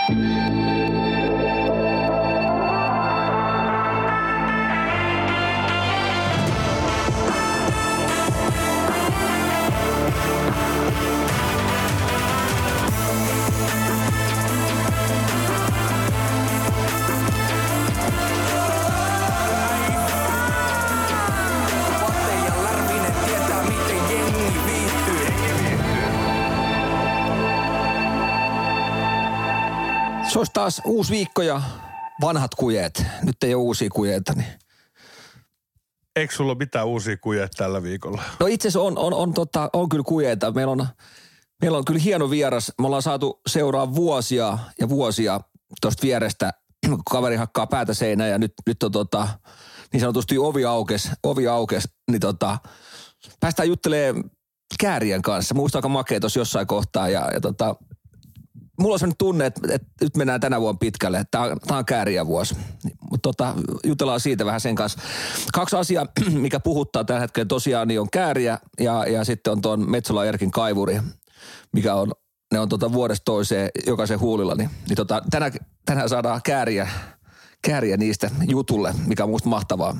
Se olisi taas uusi viikko ja vanhat kujeet. Nyt ei ole uusia kujeita. Niin. Eikö sulla ole mitään uusia kujeita tällä viikolla? No itse asiassa on kyllä kujeita. Meillä on kyllä hieno vieras. Me ollaan saatu seuraa vuosia ja vuosia tuosta vierestä. Kaveri hakkaa päätä seinään ja nyt on niin sanotusti ovi aukes. Niin päästään juttelemaan Kääriän kanssa. Muista aika makea tuossa jossain kohtaa ja mulla on sellainen tunne, että nyt mennään tänä vuonna pitkälle. Tämä on Kääriän vuosi. Mutta jutellaan siitä vähän sen kanssa. 2 asiaa, mikä puhuttaa tällä hetkellä tosiaan, niin on Kääriä ja sitten on tuon Metsola Erkin kaivuri, mikä on, ne on vuodesta toiseen jokaisen huulilla. Niin tänään saadaan Kääriä niistä jutulle, mikä on musta mahtavaa.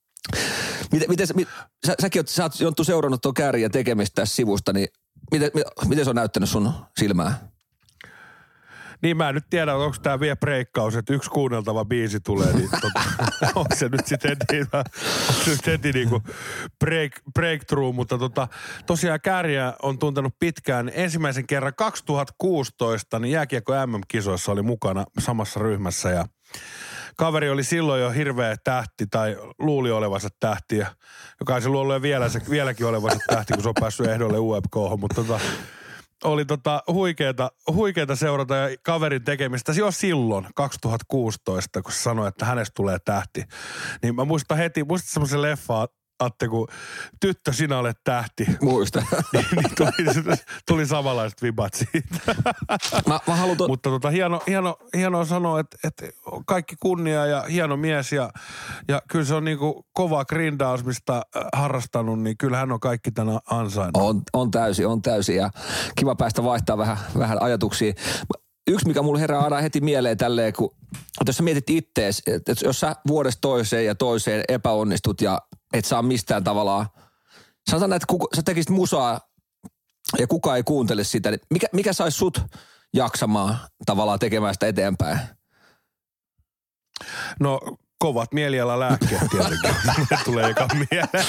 Sä oot Jonttu seurannut tuon Kääriä tekemistä tässä sivusta, niin miten se on näyttänyt sun silmää? Niin mä en nyt tiedä, onko tämä vielä breikkaus, että yksi kuunneltava biisi tulee, niin onko se nyt sitten heti niinku breakthrough, mutta tosiaan Kääriä on tuntenut pitkään. Ensimmäisen kerran 2016 niin jääkiekko MM-kisoissa oli mukana samassa ryhmässä ja kaveri oli silloin jo hirveä tähti tai luuli olevansa tähti ja joka on se luullut vieläkin olevansa tähti, kun se on päässyt ehdolle UFK:hon, mutta oli huikeeta seurata ja kaverin tekemistä jo silloin 2016, kun se sanoi, että hänestä tulee tähti. Niin mä muistan semmoisen leffaa, Atte, kun tyttö sinä olet tähti. Muista. niin tuli samanlaiset vibat siitä. Mä haluan Mutta hienoa sanoa, että kaikki kunnia ja hieno mies ja kyllä se on niinku kova grindaus, mistä harrastanut, niin kyllä hän on kaikki tänä ansainnut. On täysin ja kiva päästä vaihtaa vähän ajatuksia. Yksi, mikä mulle herää aina heti mieleen tälleen, kun jos sä mietit ittees, että jos sä vuodesta toiseen epäonnistut ja et saa mistään tavallaan, sanotaan, että sä tekisit musaa ja kukaan ei kuuntele sitä, niin mikä saisi sut jaksamaan tavallaan tekemään sitä eteenpäin? No kovat mielialalääkkeet tietenkin, tulee eka mieleen.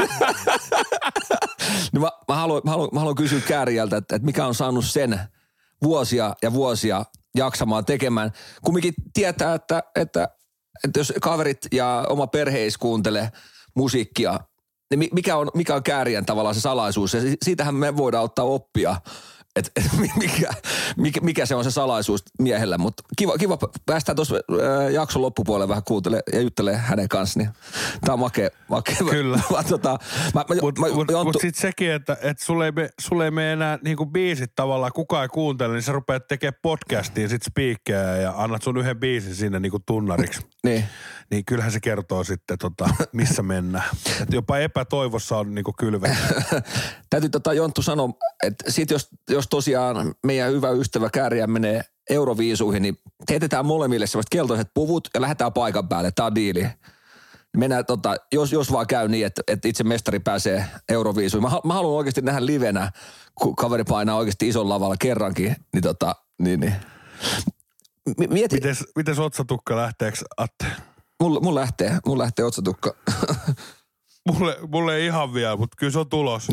No mä haluan kysyä Kääriältä, että mikä on saanut sen vuosia ja vuosia jaksamaan tekemään. Kumminkin tietää, että jos kaverit ja oma perheis kuuntelee musiikkia, niin mikä on Kääriän tavallaan se salaisuus? Ja siitähän me voidaan ottaa oppia, että mikä se on se salaisuus miehellä. Mutta kiva päästään tuossa jakson loppupuolelle vähän kuuntelemaan ja juttelee hänen kanssa. Niin tämä on makea. Kyllä. Mutta sitten sekin, että sulle ei mene enää niinku biisit tavallaan, kukaan ei kuuntele, niin sä rupeat tekemään podcastiin sit spiikkejä ja annat sun yhden biisin sinne niinku tunnariksi. Niin kyllähän se kertoo sitten missä mennään. Että jopa epätoivossa on niinku kylvetä. Täytyy Jonttu sanoa, että sit jos tosiaan meidän hyvä ystävä Kääriä menee Euroviisuihin, niin teetetään molemmille sellaiset keltaiset puvut ja lähdetään paikan päälle. Tää on diili. Mennään jos vaan käy niin, että itse mestari pääsee Euroviisuihin. Mä haluan oikeasti nähdä livenä, kun kaveri painaa oikeasti ison lavalla kerrankin. Niin. Mieti. Mites otsatukka lähteekö, Atte? Mun lähtee otsatukka. Mulle ei ihan vielä, mutta kyllä se on tulos.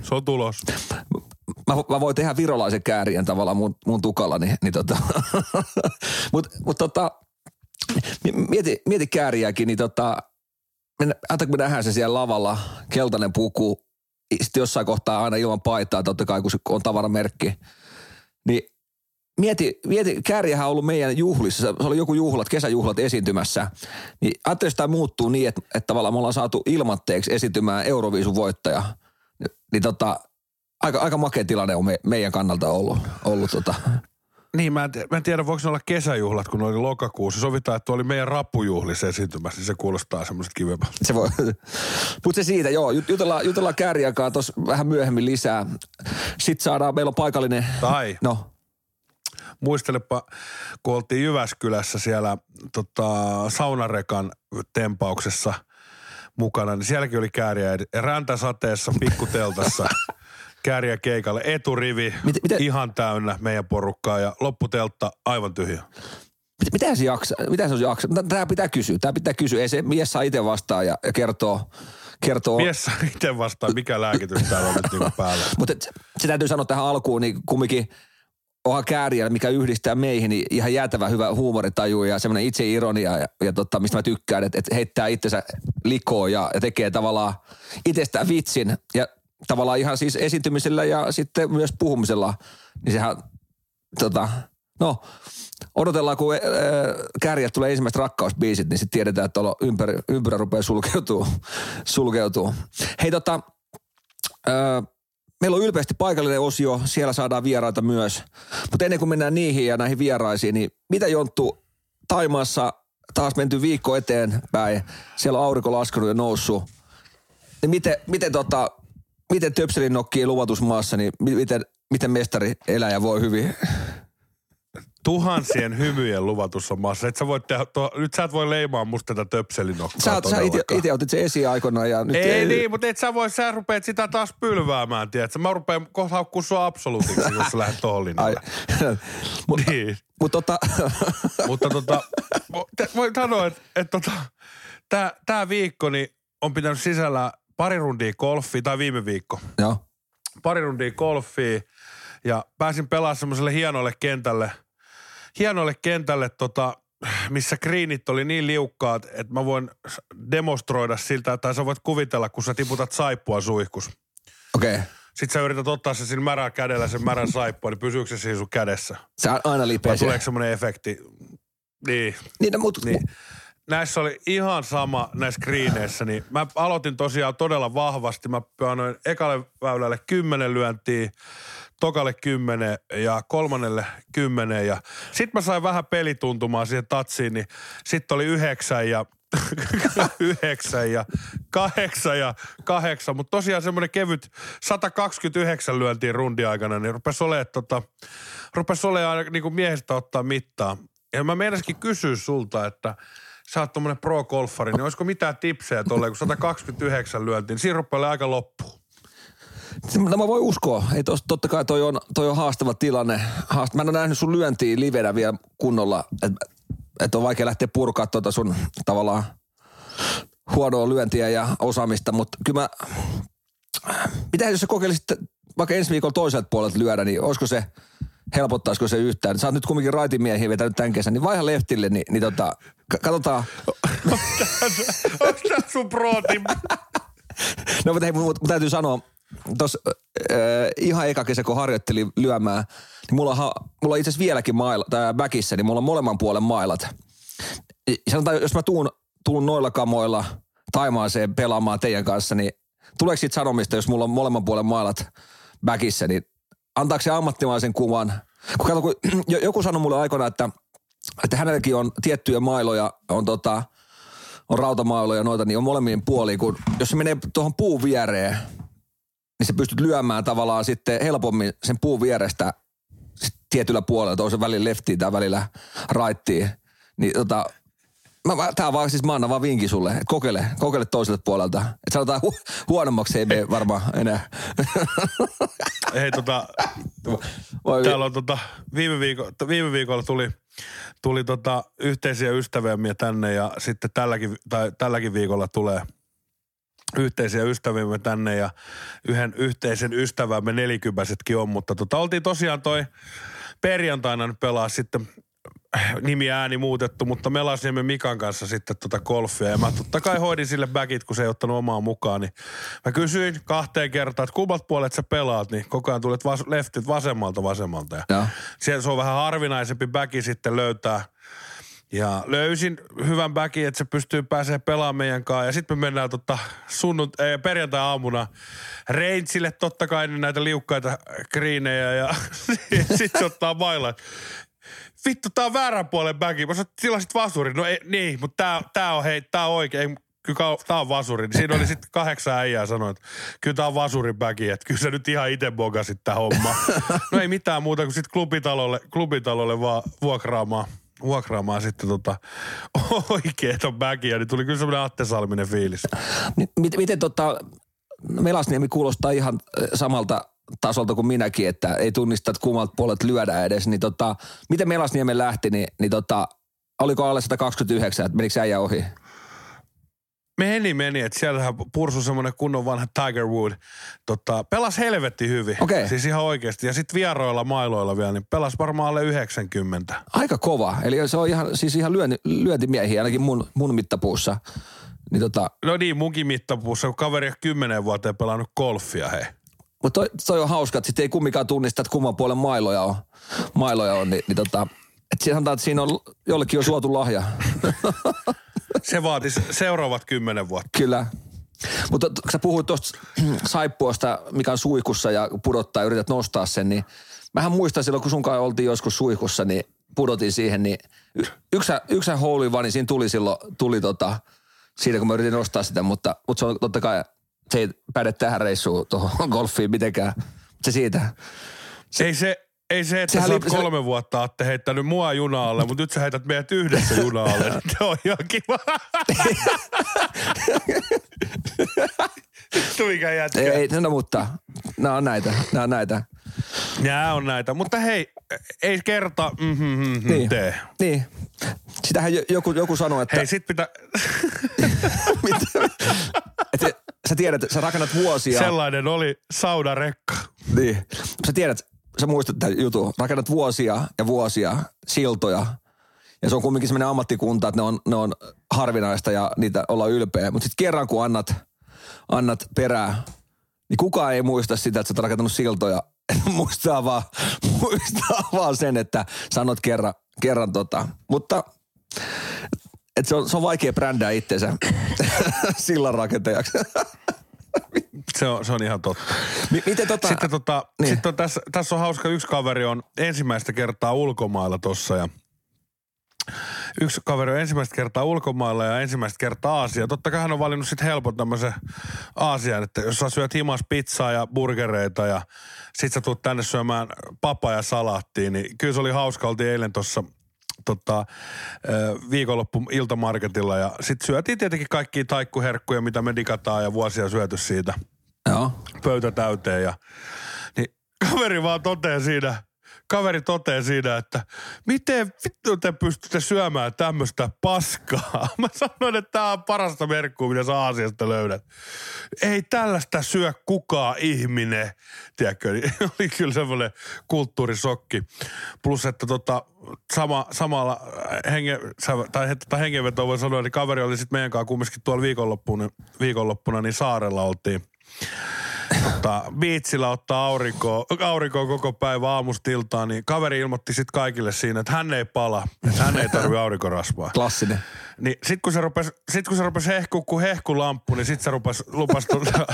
Mä voin tehdä virolaisen Kääriän tavallaan mun tukalla, mutta mieti Kääriäkin, niin kun me nähdään se siellä lavalla, keltainen puku, sitten jossain kohtaa aina ilman paitaa, totta kai kun se on tavaramerkki, niin mieti, Kääriähän on ollut meidän juhlissa, se oli joku kesäjuhlat esiintymässä, niin ajattelin, että tämä muuttuu niin, että tavallaan me ollaan saatu ilmatteeksi esiintymään Euroviisun voittaja, niin aika makea tilanne on meidän kannalta ollut. Niin, mä en tiedä, voiko ne olla kesäjuhlat, kun ne oli lokakuussa. Sovitaan, että oli meidän rappujuhlissa esiintymässä, niin se kuulostaa semmoiset kivempaa. Se voi. Mutta se siitä, joo. Jutellaan Kääriäkaan tuossa vähän myöhemmin lisää. Sitten saadaan, meillä on paikallinen. Tai. No. Muistelepa, kun oltiin Jyväskylässä siellä saunarekan tempauksessa mukana, niin sielläkin oli Kääriä räntäsateessa, pikkuteltassa, Kääriä keikalle, eturivi, ihan täynnä meidän porukkaa ja lopputeltta aivan tyhjä. Mitä se olisi jaksa? Tämä pitää kysyä. Ei se mies saa itse vastaan ja kertoo. Mies saa itse vastaan, mikä lääkitys täällä on nyt niin päällä. Mutta se täytyy sanoa tähän alkuun, niin kumminkin onhan Kääriä, mikä yhdistää meihin, niin ihan jäätävä hyvä huumoritaju ja semmoinen itseironia ja mistä mä tykkään, että heittää itsensä likoon ja tekee tavallaan itsestään vitsin ja tavallaan ihan siis esiintymisellä ja sitten myös puhumisella, niin sehän odotellaan, kun Kääriät tulee ensimmäiset rakkausbiisit, niin sitten tiedetään, että ympyrä rupeaa sulkeutuu. Hei meillä on ylpeästi paikallinen osio, siellä saadaan vieraita myös. Mutta ennen kuin mennään niihin ja näihin vieraisiin, niin mitä Jonttu, Thaimaassa taas menty viikko eteenpäin, siellä on aurinko laskenut ja noussut. Niin miten töpselin nokkii luvatusmaassa, niin miten mestari eläjä voi hyvin? Tuhansien hymyjen luvatussa maassa. Nyt sä et voi leimaa musta tätä töpselinokkaa. Sä itse otit sen esiin aikoinaan ja nyt... Ei niin, mutta sä rupeat sitä taas pylväämään, tiedätkö? Mä rupean kohta haukkuu sua absoluutiksi, jos sä lähdet tohon linjalle. Niin. Mutta voin sanoa, että tää viikko niin on pitänyt sisällä pari rundia golfia, tai viime viikko. Joo. Pari rundia golfia ja pääsin pelaamaan semmoiselle hienolle kentälle, missä greenit oli niin liukkaat, että mä voin demonstroida siltä, tai sä voit kuvitella, kun sä tiputat saippua suihkus. Okei. Okay. Sitten sä yrität ottaa se siinä märällä kädellä, sen märän saippua, niin pysyykö se siinä sun kädessä? Se on aina lipeä. Vai tuleeko semmoinen efekti? Niin. Näissä oli ihan sama näissä greeneissä, niin mä aloitin tosiaan todella vahvasti. Mä annoin ekalle väylälle 10 lyöntiä, tokalle 10 ja kolmannelle 10 ja sit mä sain vähän pelituntumaan siihen tatsiin, niin sit oli 9 ja 9 ja 8 ja 8, mutta tosiaan semmoinen kevyt 129 lyöntiin rundin aikana, niin rupesi olemaan aina niin kuin miehestä ottaa mittaa. Ja mä meinaskin kysyä sulta, että sä oot tommonen pro-golfari, niin olisiko mitään tipsejä tolleen, kun 129 lyöntiin, niin siinä rupeaa aika loppuun. No mä voin uskoa. Ei totta kai toi on haastava tilanne. Mä en ole nähnyt sun lyöntiä livenä vielä kunnolla, että on vaikea lähteä purkaa sun tavallaan huonoa lyöntiä ja osaamista, mutta kyllä mitä jos sä kokeilisit vaikka ensi viikolla toiselta puolelta lyödä, niin helpottaisiko se yhtään? Sä oot nyt kumminkin raitimiehiä vetänyt tämän kesän, niin vaiha leftille, niin katsotaan. Onko tää sun pro-tip? No mutta hei, mun täytyy sanoa, tuossa ihan eka kesä, kun harjoittelin lyömään, niin mulla on itse asiassa vieläkin backissa, niin mulla on molemman puolen mailat. Sanotaan, jos mä tuun noilla kamoilla Thaimaaseen pelaamaan teidän kanssa, niin tuleeko siitä sanomista, jos mulla on molemman puolen mailat backissa, niin antaako se ammattimaisen kuvan? Kun joku sanoi mulle aikoinaan, että hänelläkin on tiettyjä mailoja, on rautamailoja noita, niin on molemmin puoliin, kun jos se menee tuohon puun viereen, niin sä pystyt lyömään tavallaan sitten helpommin sen puun vierestä tietyllä puolella, toisen välillä leftiin tai välillä rightiin. Niin tää on vaan siis mä annan vaan vinkin sulle, että kokeile toiselta puolelta. Että sanotaan huonommaksi ei mene varmaan enää. Hei täällä on viime viikolla tuli yhteisiä ystäviämme tänne ja sitten tälläkin viikolla tulee yhteisiä ystäviämme tänne ja yhden yhteisen ystävämme 40-kin on, mutta oltiin tosiaan toi perjantaina nyt pelaa sitten nimi ääni muutettu, mutta melasimme Mikan kanssa sitten golfia ja mä totta kai hoidin sille backit, kun se ei ottanut omaa mukaan, niin mä kysyin 2 kertaa, että kummat puolet sä pelaat, niin koko ajan tulet leftit vasemmalta ja siellä se on vähän harvinaisempi backi sitten löytää. Ja löysin hyvän backin, että se pystyy pääsemään pelaamaan meidän kanssa. Ja sitten me mennään perjantai-aamuna rangeille totta kai näitä liukkaita greenejä. Ja sitten se ottaa mailan. Vittu, tää on väärän puolen backi. Mä sanoin, sillä sit vasuri. No ei, niin, mutta tää on oikein. kyllä tää on vasuri. Niin siinä oli sitten 8 äijää sanoi, että kyllä tää on vasurin bäki, että kyllä sä nyt ihan itse bogasit tää homma. No ei mitään muuta kuin sitten klubitalolle vaan vuokraamaan sitten oikeeta bäkiä, niin tuli kyllä semmoinen Atte Salminen fiilis. Miten Melasniemi kuulostaa ihan samalta tasolta kuin minäkin, että ei tunnista, että kummalta puolet lyödään edes, niin miten Melasniemen lähti, niin oliko alle 129, että menikö äijä ohi? Meni, että siellähän pursui semmoinen kunnon vanha Tiger Wood. Pelasi helvetti hyvin. Okay. Siis ihan oikeasti. Ja sitten vieroilla mailoilla vielä, niin pelasi varmaan alle 90. Aika kova. Eli se on ihan lyöntimiehiä ainakin mun mittapuussa. Niin No niin, munkin mittapuussa, kun kaveri on 10 vuoteen pelannut golfia, hei. Mutta toi on hauska, että sitten ei kumminkaan tunnista, että kumman puolen mailoja on niin että sanotaan, että siinä on jollekin jo suotu lahja. Se vaatisi seuraavat 10 vuotta. Kyllä. Mutta kun sä puhuit tuosta saippuasta, mikä on suihkussa ja pudottaa ja yrität nostaa sen, niin mähän muistan silloin, kun sunkaan oltiin joskus suihkussa, niin pudotin siihen, niin yksi hole in one, niin siinä tuli siinä, kun mä yritin nostaa sitä, mutta se on totta kai, se ei päde tähän reissuun tuohon golfiin mitenkään. Se siitä. Ei se, että sä oot 3 vuotta Atte heittänyt mua junaalle, mutta nyt sä heität meidät yhdessä junaalle. Se on ihan kiva. Vittu mikä jätkä. Ei, no mutta nämä on näitä. Nämä on näitä, mutta hei, ei kerta tee. Niin. Sitähän joku sanoo, että... Hei, sit pitää... Sä tiedät, sä rakennat vuosia... Sellainen oli saunarekka. Niin. Sä tiedät, sä muistat tämän jutun. Rakennat vuosia siltoja. Ja se on kumminkin sellainen ammattikunta, että ne on harvinaista ja niitä ollaan ylpeä. Mutta sitten kerran kun annat perää, niin kukaan ei muista sitä, että sä oot rakentanut siltoja. Muistaa vaan sen, että sanot kerran Mutta että se on vaikea brändää itsensä sillanrakentajaksi. Se on ihan totta. Miten Sitten niin. Tässä on hauska, yksi kaveri on ensimmäistä kertaa ulkomailla tossa ja yksi kaveri on ensimmäistä kertaa ulkomailla ja ensimmäistä kertaa Aasia. Totta kai hän on valinnut sitten helpot tämmöisen Aasian, että jos sä syöt himas pizzaa ja burgereita ja sit sä tuut tänne syömään papaya-salaattia, niin kyllä se oli hauska. Oltiin eilen tuossa viikonloppu iltamarketilla ja sit syötiin tietenkin kaikkia taikkuherkkuja, mitä me digataan ja vuosia syöty siitä. Joo. Pöytä täyteen ja niin kaveri vaan toteaa siinä, että miten vittu te pystytte syömään tämmöistä paskaa? Mä sanoin, että tää on parasta merkkua, mitä sä Aasiasta löydät. Ei tällaista syö kukaan ihminen. Tiedätkö, niin oli kyllä semmoinen kulttuurisokki. Plus, että samalla hengenvetoa voi sanoa, että kaveri oli sitten meidän kanssa kumminkin tuolla viikonloppuna niin saarella oltiin. Biitsillä ottaa aurinkoa koko päivä aamusta iltaan, niin kaveri ilmoitti sitten kaikille siinä, että hän ei pala, että hän ei tarvitse aurinkorasvaa. Klassinen. Niin sit kun se rupesi hehkua kuin hehkulamppu, niin sit se lupasi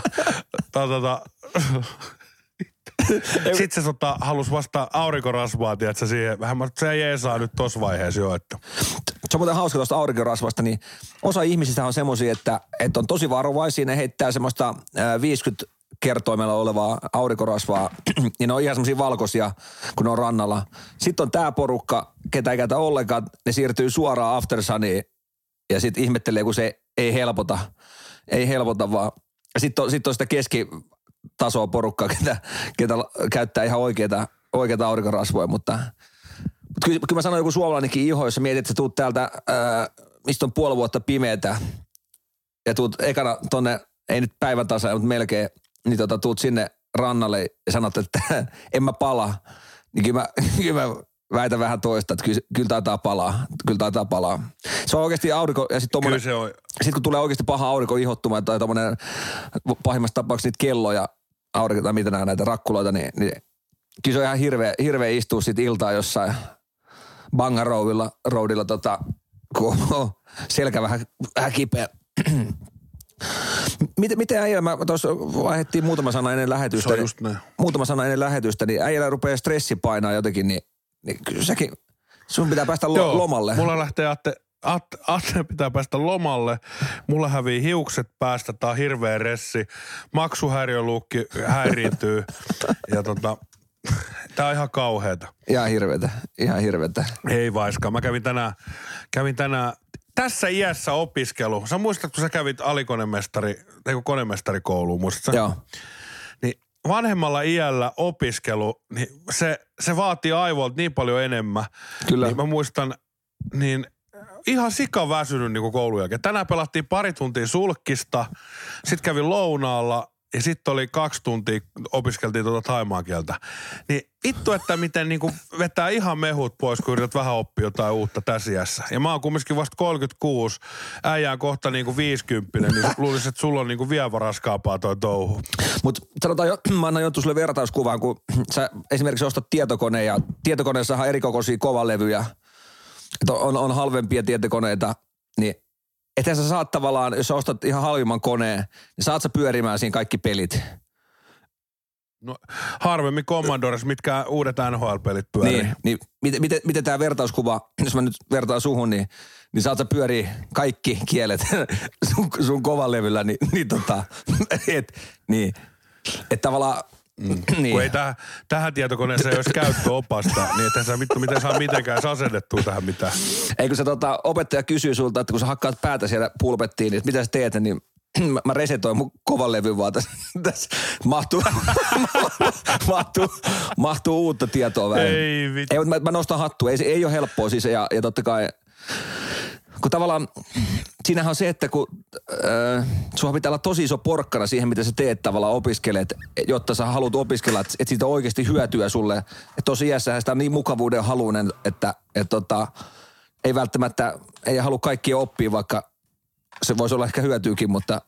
sitten se halusi vasta aurinkorasvaa, tiedätkö, siihen. Vähän se ei saa nyt tossa vaiheessa jo, että... Se on muuten hauska tuosta aurinkorasvasta, niin osa ihmisistä on semmoisia, että on tosi varovaisia, ne heittää semmoista 50 kertoimella olevaa aurinkorasvaa, niin ne on ihan semmoisia valkoisia, kun ne on rannalla. Sitten on tää porukka, ketä ei käytä ollenkaan, ne siirtyy suoraan aftersuniin ja sitten ihmettelee, kun se ei helpota vaan. Sitten on sitä keskitasoa porukkaa, ketä käyttää ihan oikeita aurinkorasvoja, mutta kyllä mä sanoin joku suomalainenkin iho, jos sä mietit, että sä tuut täältä, mistä on puoli vuotta pimeätä ja tuut ekana tonne, ei nyt päivän tasa, mutta melkein, niin tuut sinne rannalle ja sanot, että en mä pala, niin kyllä mä väitän vähän toista, että kyllä taitaa palaa. Se on oikeasti aurinko ja sitten tommonen, sit kun tulee oikeasti paha aurinko ihottuma tai tommonen pahimmassa tapauksessa niitä kelloja, aurinko tai mitä näitä rakkuloita, niin kyllä se on ihan hirveä istua sit iltaa jossain Bangaroadilla, kun selkä vähän kipeä. Miten äijällä, mä tuossa vaihdettiin muutama sana ennen lähetystä. Niin äijällä rupeaa stressi painaa jotenkin, niin kyllä säkin, sun pitää päästä lomalle. Mulla lähtee Atte pitää päästä lomalle, mulla hävii hiukset päästä, tää on hirveä ressi, maksuhäiriöluukki häiriintyy ja tää on ihan kauheeta. Ihan hirveetä. Ei vaiskaan, mä kävin tänään tässä iässä opiskelu. Sä muistat, kun sä kävit konemestarikouluun, muistatko? Joo. Niin vanhemmalla iällä opiskelu, niin se vaatii aivoilta niin paljon enemmän. Kyllä. Niin mä muistan, niin ihan sika väsynyt niin kuin koulun jälkeen. Tänään pelattiin 2 tuntia sulkkista, sitten kävin lounaalla ja sitten oli 2 tuntia, opiskeltiin thaimaan kieltä. Niin vittu, että miten niin kuin vetää ihan mehut pois, kun yrität vähän oppia jotain uutta tässä iässä. Ja mä oon kumminkin vasta 36, äijään kohta niin kuin 50, niin luulisin, että sulla on niin kuin vielä raskaampaa toi touhu. Mutta sanotaan jo, mä annan jo sulle vertauskuvaan, kun sä esimerkiksi ostat tietokoneen ja tietokoneessahan on erikokoisia kovalevyjä. Että on halvempia tietokoneita, niin ethän sä saat tavallaan, jos sä ostat ihan halvimman koneen, niin saat sä pyörimään siinä kaikki pelit. No harvemmin Commodores, mitkä uudet NHL-pelit pyörii. Niin miten tämä vertauskuva, jos mä nyt vertaan suhun, niin saat sä pyörii kaikki kielet sun kovan levyllä, niin tavallaan. Niin. Kun ei tähän tietokoneeseen olisi käyttöopasta, niin ethän sä vittu miten saa mitenkään asennettua tähän mitään. Ei kun se opettaja kysyy sulta, että kun sä hakkaat päätä siellä pulpettiin, niin mitä sä teet, niin mä resetoin mun kovan levyn vaan tässä mahtuu uutta tietoa vähän. Ei vittu. Ei, mutta mä nostan hattua, ei ole helppoa siis ja totta kai, kun tavallaan siinähän on se, että kun sulla pitää olla tosi iso porkkana siihen, mitä sä teet tavallaan opiskelet, jotta sä haluat opiskella, että siitä on oikeasti hyötyä sulle. Että tosi iässähän sitä on niin mukavuuden haluinen, että ei välttämättä, ei halua kaikkia oppia, vaikka se voisi olla ehkä hyötyykin, mutta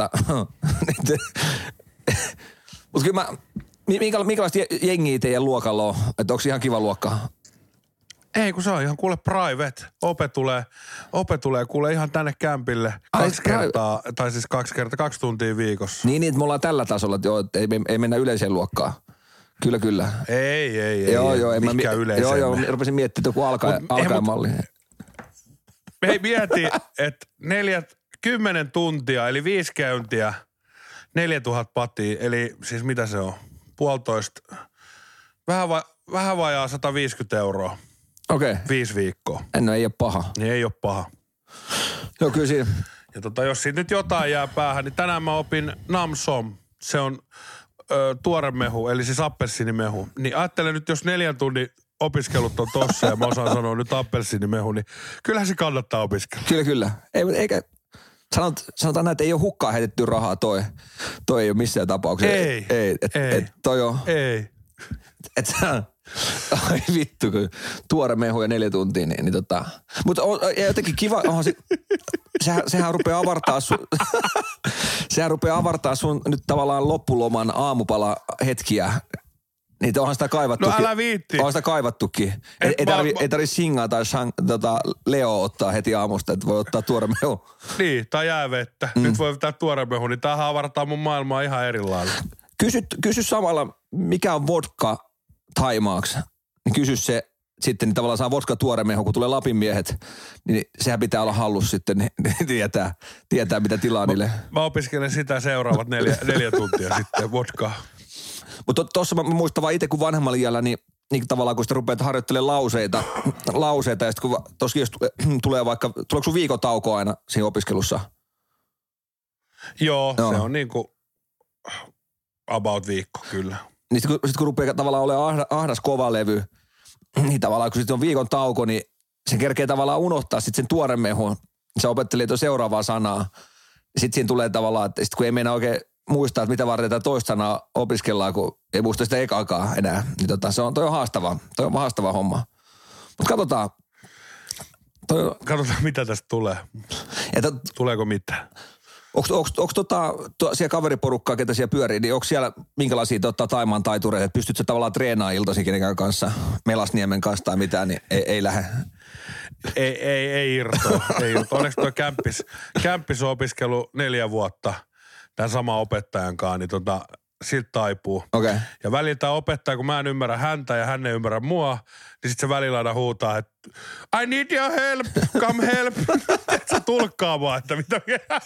kyllä minkälaista jengiä teidän luokalla on? Että onko ihan kiva luokka? Ei, kun se on ihan kuule private. Ope tulee kuule ihan tänne kämpille 2 kertaa, tai siis 2 tuntia viikossa. Niin, että me ollaan tällä tasolla, että joo, että ei mennä yleiseen luokkaan. Kyllä. Ei. Joo, mikä yleiseen. Joo, rupesin miettimään joku alkaen malli. Me mieti, että 10 tuntia, eli 5 käyntiä, 4000 patia, eli siis mitä se on? 1,5, vähän vajaa 150 €. Okei. 5 viikkoa. No ei ole paha. Niin ei ole paha. Joo, kyllä siinä. Ja jos siitä nyt jotain jää päähän, niin tänään mä opin namsom. Se on tuoremehu, eli siis appelsiinimehu. Niin ajattelen nyt, jos 4 tunnin opiskelut on tossa ja mä osaan sanoa nyt appelsiinimehu, niin kyllähän se kannattaa opiskella. Kyllä. Sanotaan näin, että ei ole hukkaan heitetty rahaa toi ei ole missään tapauksessa. Ei. Toi on. Ei. Ai vittu, kun tuore mehu ja 4 tuntia, niin Mutta jotenkin kiva, onhan sehän rupeaa avartaa sun nyt tavallaan loppuloman aamupala hetkiä. Niitä onhan sitä kaivattukin. No älä viitti. Onhan sitä kaivattukin. Ei tarvitse Singaa tai Leo ottaa heti aamusta, että voi ottaa tuore mehu. Niin, tai jäävettä. Nyt voi ottaa tuore mehu, niin tämähän avartaa mun maailmaa ihan eri lailla. Kysy samalla, mikä on vodka Thaimaaksi. Niin kysy se sitten, niin tavallaan saa vodka tuore mehu, kun tulee Lapin miehet, niin sehän pitää olla hallus sitten, niin tietää mitä tilaa niille. Mä opiskelen sitä seuraavat 4 tuntia sitten, vodkaa. Mutta tuossa mä muistan vaan itse, kun vanhemmalla iällä, niin tavallaan kun sitten rupeat harjoittelemaan lauseita ja sitten kun tosiaan tulee vaikka, tuleeko sun viikon tauko aina siinä opiskelussa? Joo. Se on niin kuin about viikko, kyllä. Niin sitten kun rupeaa tavallaan olemaan ahdas kova levy, niin tavallaan kun sitten on viikon tauko, niin sen kerkee tavallaan unohtaa sitten sen tuoren mehun. Se opettelee tuon seuraavaa sanaa. Sitten siinä tulee tavallaan, että sit kun ei meinaa oikein muistaa, että mitä varten tätä toista sanaa opiskellaan, kun ei muista sitä ekaakaan enää. Niin toi on haastava. Toi on haastava homma. Mutta katsotaan. Katsotaan, mitä tästä tulee. Tuleeko mitään? Onko siellä kaveriporukkaa, ketä siellä pyörii, niin onko siellä minkälaisia Thaimaan taitureita, että pystytkö tavallaan treenaamaan iltaisin kenenkään kanssa, Melasniemen kanssa tai mitään, niin ei lähde? Ei irtoa. Onneksi tuo kämppis on opiskellut 4 vuotta tämän saman opettajan kanssa, niin siltä taipuu. Okay. Ja välillä opettaja, kun mä en ymmärrä häntä ja hän ei ymmärrä mua, niin sit se välillä aina huutaa, että I need your help, come help. Se tulkkaa vaan, että mitä.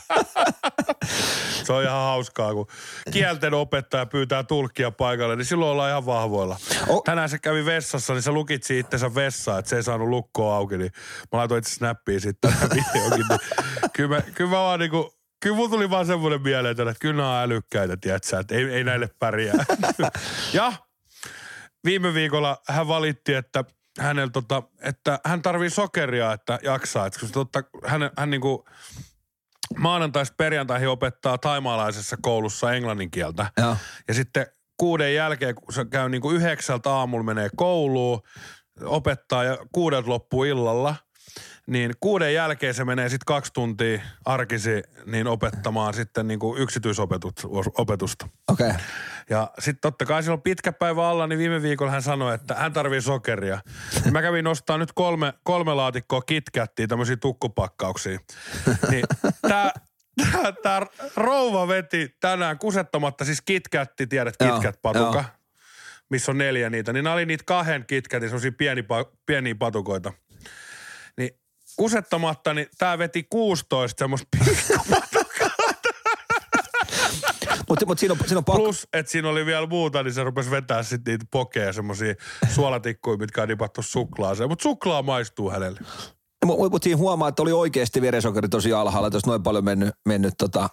Se on ihan hauskaa, kun kielten opettaja pyytää tulkkia paikalle, niin silloin ollaan ihan vahvoilla. Tänään se kävi vessassa, niin se lukitsi itsensä vessaan, että se ei saanut lukkoa auki, niin mä laitoin itse snappia sitten videokin. Kyllä mä vaan niinku, kyllä mulla tuli vaan semmoinen mieleen, että kyllä nämä on älykkäitä, tiedätkö, että ei näille pärjää. Ja viime viikolla hän valitti, että että hän tarvii sokeria, että jaksaa. Että hän niinku maanantaista perjantaihin opettaa thaimaalaisessa koulussa englannin kieltä. Ja sitten 6 jälkeen, kun se käy niinku 9 aamulla menee kouluun, opettaa ja 6 loppuu illalla, niin 6 jälkeen se menee sitten 2 tuntia arkisi niin opettamaan sitten niinku yksityisopetusta. Okei. Okay. Ja sitten totta kai silloin pitkä päivä alla, niin viime viikolla hän sanoi, että hän tarvii sokeria. Ja mä kävin nostaa nyt 3 laatikkoa KitKattia, tämmöisiä tukkupakkauksia. Niin tää rouva veti tänään kusettamatta, siis KitKatti, tiedät KitKat-patuka, missä on 4 niitä. Niin nämä oli niitä 2 KitKatin, semmosia pieniä patukoita. Niin kusettamatta, niin tää veti 16 semmoista pikkupatukaa. Mut siinä on pakko. Plus, että siinä oli vielä muuta, niin se rupesi vetää sitten niitä pokeja, semmosia suolatikkuja, mitkä on nipattu suklaaseen. Mutta suklaa maistuu hänelle. Mutta siinä huomaa, että oli oikeasti verensokeri tosi alhaalla, että olisi noin paljon mennyt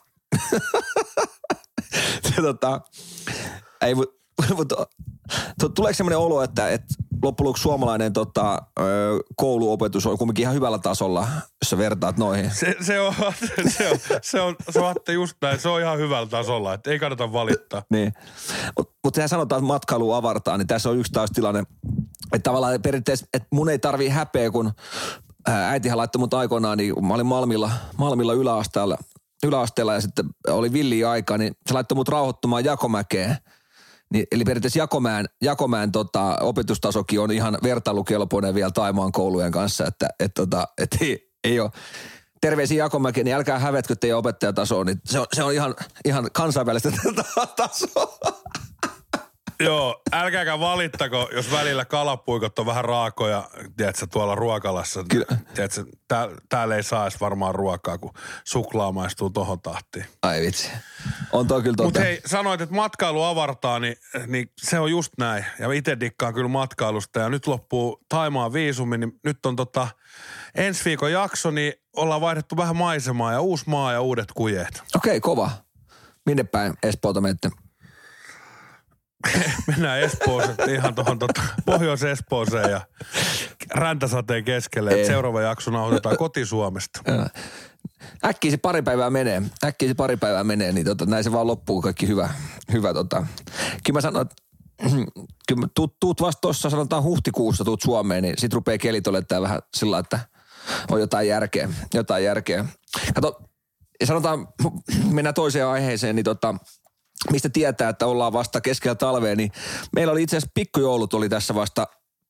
ei, mutta tuleeko semmoinen olo, että loppujen lopuksi suomalainen kouluopetus on kuitenkin ihan hyvällä tasolla, jos sä vertaat noihin? Se on just näin, se on ihan hyvällä tasolla, että ei kannata valittaa. Niin, mutta sehän sanotaan, että matkailu avartaa, niin tässä on yksi taas tilanne, että tavallaan periaatteessa, että mun ei tarvii häpeä, kun äitihän laittoi mut aikoinaan, niin mä olin Malmilla yläasteella ja sitten oli villiä aikaa, niin se laittoi mut rauhoittumaan Jakomäkeen. Niin, eli periaatteessa Jakomäen opetustasokin on ihan vertailukelpoinen vielä Thaimaan koulujen kanssa, että ei ole. Terveisiä Jakomäkeen, niin älkää hävetkö teidän opettajatasoon, niin se on ihan kansainvälistä tasoa. Joo, älkääkä valittako, jos välillä kalapuikot on vähän raakoja, tiedätkö, tuolla ruokalassa. Tiedätkö, täällä ei saa edes varmaan ruokaa, kun suklaa maistuu tohon tahtiin. Ai vitsi. On toi kyllä Mutta hei, sanoit, että matkailu avartaa, niin se on just näin. Ja itse dikkaan kyllä matkailusta. Ja nyt loppuu Thaimaan viisumi, niin nyt on ensi viikon jakso, niin ollaan vaihdettu vähän maisemaa ja uusi maa ja uudet kujeet. Okei, kova. Minne päin Espoota menette? Mennään Espooseen, ihan tuohon Pohjois-Espooseen ja räntäsateen keskelle. Et seuraava jakso nauhoitetaan koti-Suomesta. Äkkiä se pari päivää menee, niin näin se vaan loppuu kaikki hyvä. Kyllä mä sanon, että kyllä tuut vasta tuossa, sanotaan huhtikuussa tuut Suomeen, niin sit rupeaa kelit olemaan vähän sillä, että on jotain järkeä. Kato, sanotaan, mennään toiseen aiheeseen, niin mistä tietää, että ollaan vasta keskellä talvea, niin meillä oli itse asiassa pikkujoulut oli tässä vasta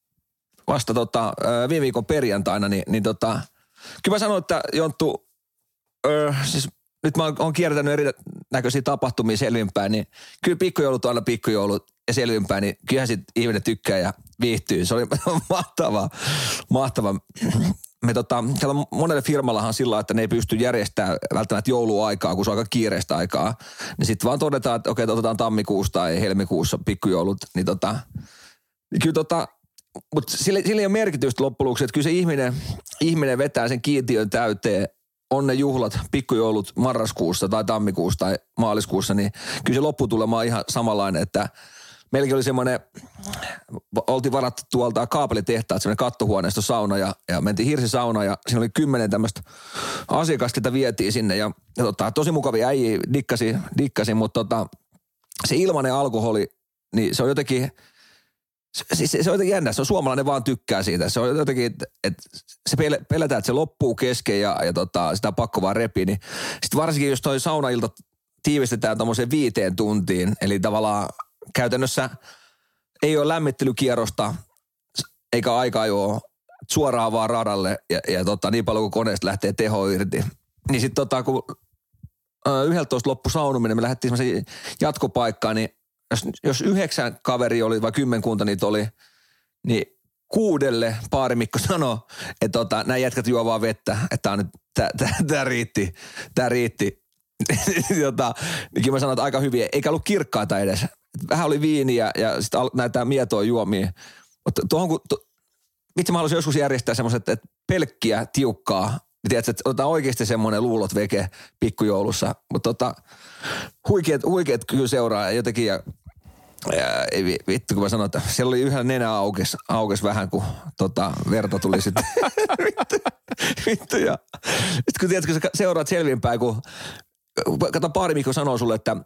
viime viikon perjantaina, niin kyllä mä sanoin, että Jonttu, siis nyt mä oon kiertänyt erinäköisiä tapahtumia selvinpäin, niin kyllä pikkujoulut on aina pikkujoulut ja selvinpäin, niin kyllähän sit ihminen tykkää ja viihtyy. Se oli mahtava. Monelle firmallahan sillä, että ne ei pysty järjestämään välttämättä jouluaikaa, kun se on aika kiireistä aikaa. Niin sitten vaan todetaan, että okei, otetaan tammikuussa tai helmikuussa pikkujoulut. Niin kyllä mutta sillä ei ole merkitystä loppujen lopuksi, että kyllä se ihminen vetää sen kiintiön täyteen. On ne juhlat, pikkujoulut marraskuussa tai tammikuussa tai maaliskuussa, niin kyllä se lopputulema on ihan samanlainen, että meilläkin oli semmoinen, oltiin varattu tuolta kaapelitehtaat, semmoinen kattohuoneisto sauna ja mentiin hirsisauna ja siinä oli 10 tämmöistä asiakasta, ketä vietiin sinne ja tosi mukavia äijä, dikkasin, mutta se ilmainen alkoholi, niin se on jotenkin, se on jotenkin jännä, se on suomalainen vaan tykkää siitä, se on jotenkin, että se pelätään, että se loppuu kesken ja sitä on pakko vaan repii, niin sitten varsinkin jos toi saunailta tiivistetään tommoseen 5 tuntiin, eli tavallaan käytännössä ei ole lämmittelykierrosta eikä aika-ajoa suoraan vaan radalle ja niin paljon kuin koneesta lähtee teho irti. Niin sitten kun 11 loppu saunuminen, me lähdettiin semmoiseen jatkopaikkaan, niin jos 9 kaveri oli vai 10 niitä oli, niin 6 Baarimikko sanoi, että nämä jätkät juo vaan vettä, että tämä riitti. Niin mä sanoin, että aika hyviä, eikä ollut kirkkaita edes. Vähän oli viiniä ja sitten näitä mietoja juomia. Mutta vitsi mä haluaisin joskus järjestää semmoiset, että pelkkiä tiukkaa. Tiedätkö, että otetaan oikeasti semmoinen luulot veke pikkujoulussa. Mutta huikeet kyllä seuraa jotenkin. Ja vittu, kun mä sanoin, että siellä oli yhden nenä aukes vähän, kun verta tuli sitten. vittu. Ja sitten kun tiedätkö, sä seuraat selvinpäin, kun kato Baarimikko sanoo sulle, että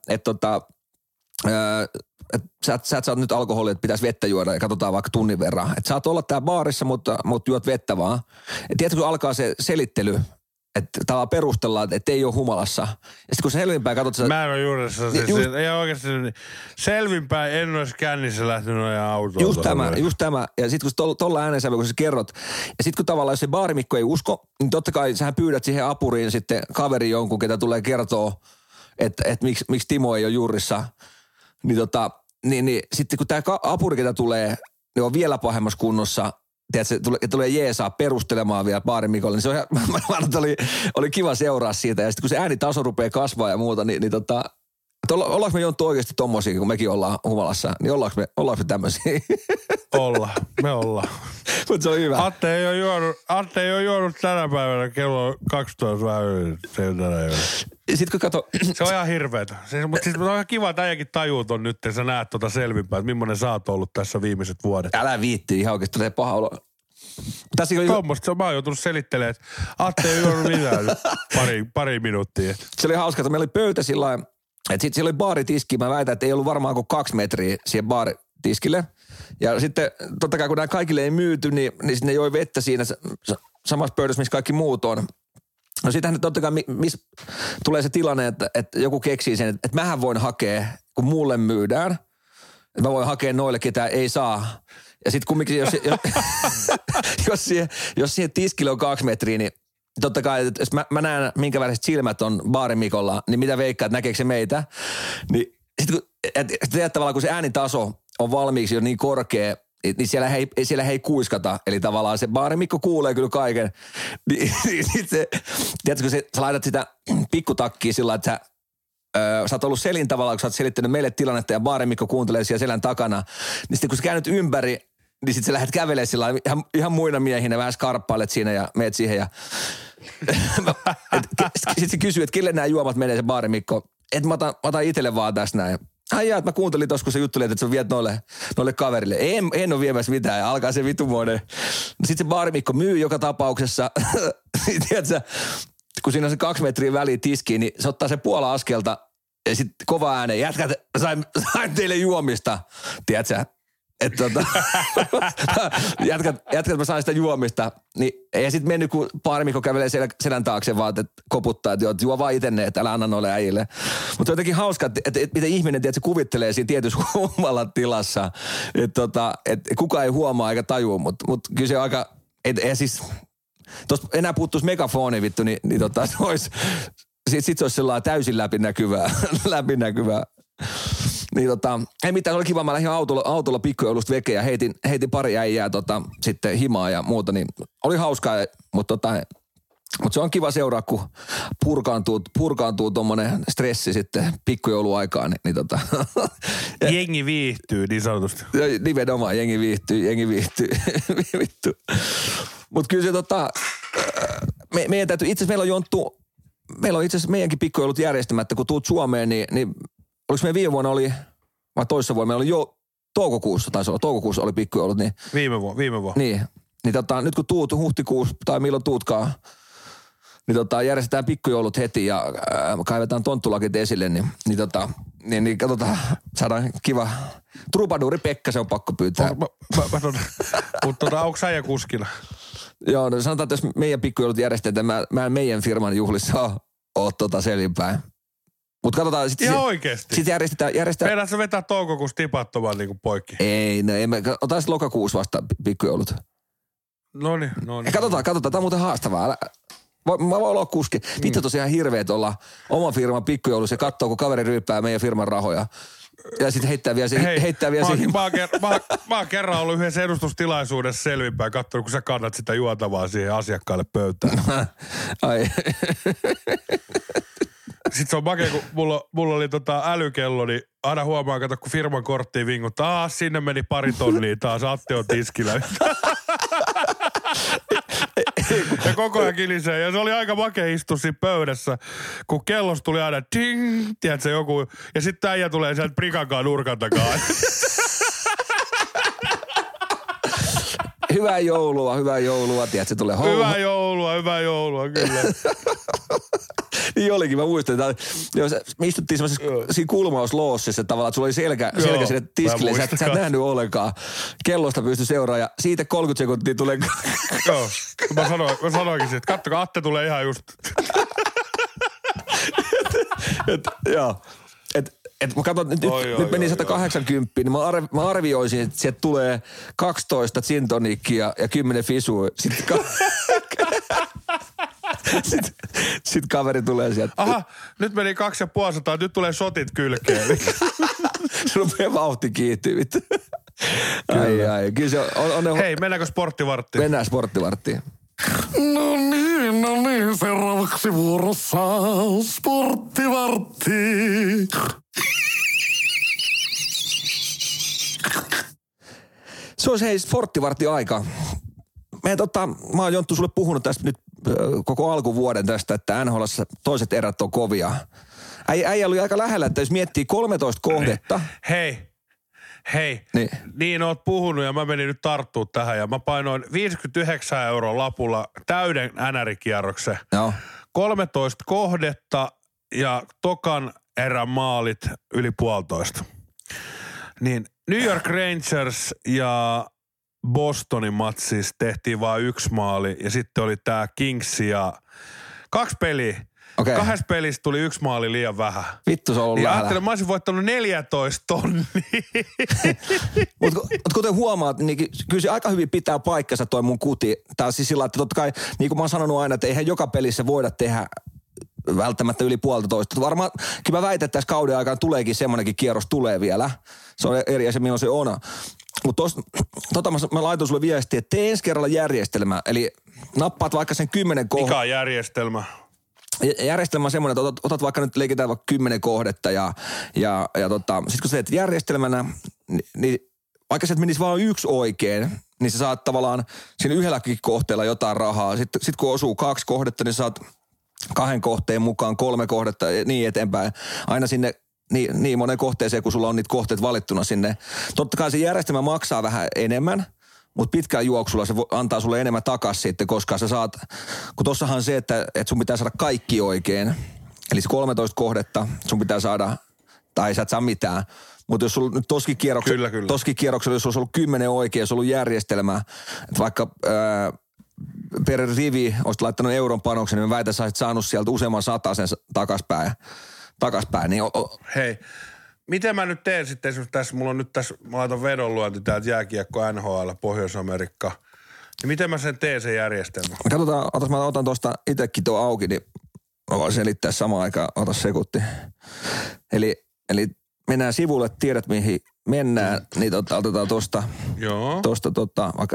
sä et saa nyt alkoholia, että pitäisi vettä juoda ja katsotaan vaikka tunnin verran. Että saat olla tää baarissa, mutta juot vettä vaan. Ja tiedätkö, kun alkaa se selittely, että tavallaan perustellaan, että ei ole humalassa. Ja sitten kun selvinpäin katsot... Mä en ole juuressa. Ei oikeasti selvinpäin en olisi kännissä lähtenyt ajaa autoa. Just tämä. Ja sitten kun tuolla äänensävy, kun sä kerrot. Ja sitten kun tavallaan jos se Baarimikko ei usko, niin totta kai sähän pyydät siihen apuriin sitten kaveri jonkun, ketä tulee kertoa, että miksi Timo ei ole juurissa. Niin sitten kun tämä apuri, ketä tulee, niin on vielä pahemmassa kunnossa. Tiedätkö, tulee jeesaa perustelemaan vielä Baarimikolle, niin se oli kiva seuraa siitä. Ja sitten kun se äänitaso rupeaa kasvaa ja muuta, niin ollaanko me jonttu oikeasti tommosia, kun mekin ollaan humalassa, niin ollaanko me tämmöisiä? Me ollaan. Mutta se on hyvä. Atte ei ole juonut tänä päivänä kello 12 vähän yli. Sitten kun kato... Se on ihan hirveetä. Mutta siis on ihan kiva, että äijäkin tajuu ton nyt, ja sä näet selvinpäin, että millainen sä oot ollut tässä viimeiset vuodet. Älä viitti, ihan oikeasti tulee paha olo. Tuommoista mä oon joutunut selittelemään, että Atte ei juonut mitään nyt pari minuuttia. Se oli hauska, että meillä oli pöytä sillä lailla, että sitten siellä oli baaritiski. Mä väitän, että ei ollut varmaan kuin 2 metriä siihen baaritiskille. Ja sitten totta kai kun nämä kaikille ei myyty, niin ne joi vettä siinä samassa pöydässä, missä kaikki muut on. No sitähän totta kai tulee se tilanne, että joku keksii sen, että mähän voin hakea, kun mulle myydään. Että mä voin hakea noille, ketä ei saa. Ja sitten kumminkin, jos siihen tiskille on 2 metriä, niin totta kai, että jos mä näen, minkä väriset silmät on Baarimikolla, niin mitä veikkaa, että näkeekö se meitä. Niin sitten tavallaan, kun se äänitaso on valmiiksi jo niin korkea, niin siellä ei kuiskata. Eli tavallaan se Baarimikko kuulee kyllä kaiken. Niin sit se, tiedätkö, sä laitat sitä pikkutakkiä sillä, että sä oot ollut selin tavallaan, kun sä oot selittänyt meille tilannetta ja Baarimikko kuuntelee siellä selän takana. Niin sitten kun sä käännyt ympäri, niin sitten sä lähdet kävelemään sillä ihan muina miehinä, vähän skarppailet siinä ja meet siihen. Ja sitten se kysyy, että kelle nämä juomat menee se Baarimikko. Että mä otan itselle vaan tässä näin. Että mä kuuntelin tossa, kun sä juttelit, että sä viet noille kaverille. En ole viemässä mitään ja alkaa se vitumoinen. Sitten se Baarimikko myy joka tapauksessa. Tiedätkö, kun siinä on se 2 metriä väliin tiskiin, niin se ottaa se puola askelta ja sitten kova ääneen. Jätkät, sain teille juomista. Tiedätkö? Että jätkät mä sain sitä juomista. Niin ei sitten mennyt, kun Baarimikko kävelee selän taakse vaan, että koputtaa, että juo vaan itenne, että älä anna noille äijille. Mutta jotenkin hauska, että miten ihminen tiedät, se kuvittelee siinä tietyssä humalan tilassa. Että kukaan ei huomaa eikä tajua, mutta kyllä se on aika, ei siis, tuossa enää puuttuisi megafoni vittu, niin se olisi, sit se olisi sellainen täysin läpinäkyvää. Niin ei mitään, se oli kiva. Mä lähdin autolla pikkujoulusta veke ja heitin pari äijää sitten himaa ja muuta, niin oli hauskaa, mutta se on kiva seuraa, kun purkaantuu tommonen stressi sitten pikkujouluaikaan. Niin jengi viihtyy niin sanotusti. Nimenomaan, jengi viihtyy. Vittu. Mutta kyllä se meidän täytyy, itse asiassa meillä on itse asiassa meidänkin pikkujoulut järjestämättä, kun tuut Suomeen, niin oliko meidän viime vuonna vai toissa vuonna, meillä oli jo toukokuussa oli pikkujoulut. Niin, viime vuonna. Niin nyt kun tuut huhtikuussa tai milloin tuutkaan, niin järjestetään pikkujoulut heti ja kaivetaan tonttulakit esille, niin katsotaan, saadaan kiva. Trubaduuri Pekka, se on pakko pyytää. Mutta onko sä ja kuskina? Joo, no sanotaan, että jos meidän pikkujoulut järjestetään, mä en meidän firman juhlissa ole selvinpäin. Mutta katsotaan. Ihan oikeesti? Sitten järjestetään. Meidän sä vetää toukokuussa tipattoman niinku poikki. Ei, otan sitten lokakuussa vasta pikkujoulut. Noniin. Katsotaan, tää on muuten haastavaa. Mä voin olla kuski. Vittu tosiaan hirveet olla oman firman pikkujoulussa ja katsoo, kun kaveri ryyppää meidän firman rahoja. Ja sitten heittää vielä siihen. Mä oon kerran ollut yhdessä edustustilaisuudessa selvinpäin katsonut, kun sä kannat sitä juotavaa siihen asiakkaalle pöytään. Ai. Sitten se on makea, kun mulla oli älykello, niin aina huomaa, kato, kun firman korttiin vinguttaa, sinne meni 2 tonnia taas, Atte on tiskillä. Ja koko ajan kilisee. Ja se oli aika makea istua siinä pöydässä, kun kellossa tuli aina ting, tiedätkö joku, ja sitten äijä tulee sieltä prikankaan nurkan takaa. Hyvää joulua, tiedätkö, tulee home. Hyvää joulua, kyllä. Niin olikin, mä muistan, että me istuttiin semmoisessa siinä kulmausloossissa tavallaan, että sulla oli selkä sinne tiskille, sä et nähnyt ollenkaan. Kellosta pystyi seuraamaan ja siitä 30 sekuntia tulee. Joo, mä sanoinkin että kattokaa, Atte tulee ihan just. Joo, mä katson, nyt meni 180, niin mä arvioisin, että sieltä tulee 12 gin tonickia ja 10 fisua. Sitten kaveri tulee sieltä. Aha, nyt meni 250, nyt tulee shotit kylkeen. Sulla rupeaa vauhti kiihtyy. Ai. Kyllä se on Hei, mennäänkö sporttivarttiin? Mennään sporttivarttiin. No niin, seuraavaksi vuorossa sporttivartti. Se olisi hei sporttivartti aika. Mä oon Jonttu sulle puhunut tästä nyt koko alkuvuoden tästä, että NHL:ssä toiset erät on kovia. Äijä oli aika lähellä, että jos miettii 13 kohdetta. Hei, niin oot puhunut ja mä menin nyt tarttua tähän ja mä painoin 59 € lapulla täyden NR-kierroksen. Joo. 13 kohdetta ja tokan erän maalit yli 1,5. Niin New York Rangers ja Bostonin matsissa tehtiin vain 1 maali ja sitten oli tää Kings ja 2 peliä. Okay. 2 pelissä tuli 1 maali liian vähän. Vittu se on ollut niin lähellä. ajattelin, mä olisin voittanut 14 tonnia. Mutta kuten huomaat, niin kyllä se aika hyvin pitää paikkansa toi mun kuti. Tää on siis sillä, että totta kai, niin kuin mä oon sanonut aina, että eihän joka pelissä voida tehdä välttämättä yli 1,5. Varmaan, kyllä mä väitän, että tässä kauden aikana tuleekin semmoinenkin kierros tulee vielä. Se on eri asia, milloin se on. Mutta mä laitoin sulle viestiä, että tee ensi kerralla järjestelmä. Eli nappaat vaikka sen 10 kohdetta. Mikä on järjestelmä? Järjestelmä on semmoinen, että otat vaikka nyt leikitään vaikka 10 kohdetta ja sit kun sä teet järjestelmänä, niin vaikka sä et menisi vaan 1 oikein, niin sä saat tavallaan siinä yhdelläkin kohteella jotain rahaa. Sitten kun osuu 2 kohdetta, niin saat 2 kohteen mukaan 3 kohdetta ja niin eteenpäin. Aina sinne niin monen kohteeseen, kun sulla on niitä kohteet valittuna sinne. Totta kai se järjestelmä maksaa vähän enemmän, mutta pitkällä juoksulla se antaa sulle enemmän takaisin sitten, koska sä saat, kun tossahan se, että sun pitää saada kaikki oikein. Eli se 13 kohdetta sun pitää saada, tai sä et saa mitään. Mutta jos sulla nyt toskin kierroksella, jos olisi ollut 10 oikein, jos olisi ollut järjestelmä, että vaikka per rivi olisit laittanut euron panoksen, niin mä väitän, että sä olisit saanut sieltä useamman satasen takaspäin. Niin Hei, miten mä nyt teen sitten esimerkiksi tässä, mulla on nyt tässä, mä laitan vedonluonti täältä jääkiekko NHL, Pohjois-Amerikka. Niin miten mä sen teen sen järjestelmän? Katsotaan, mä otan tuosta itsekin tuo auki, niin mä voin selittää samaan aikaan, ota sekunti. Eli mennään sivulle, tiedät mihin mennään, niin otetaan tuosta vaikka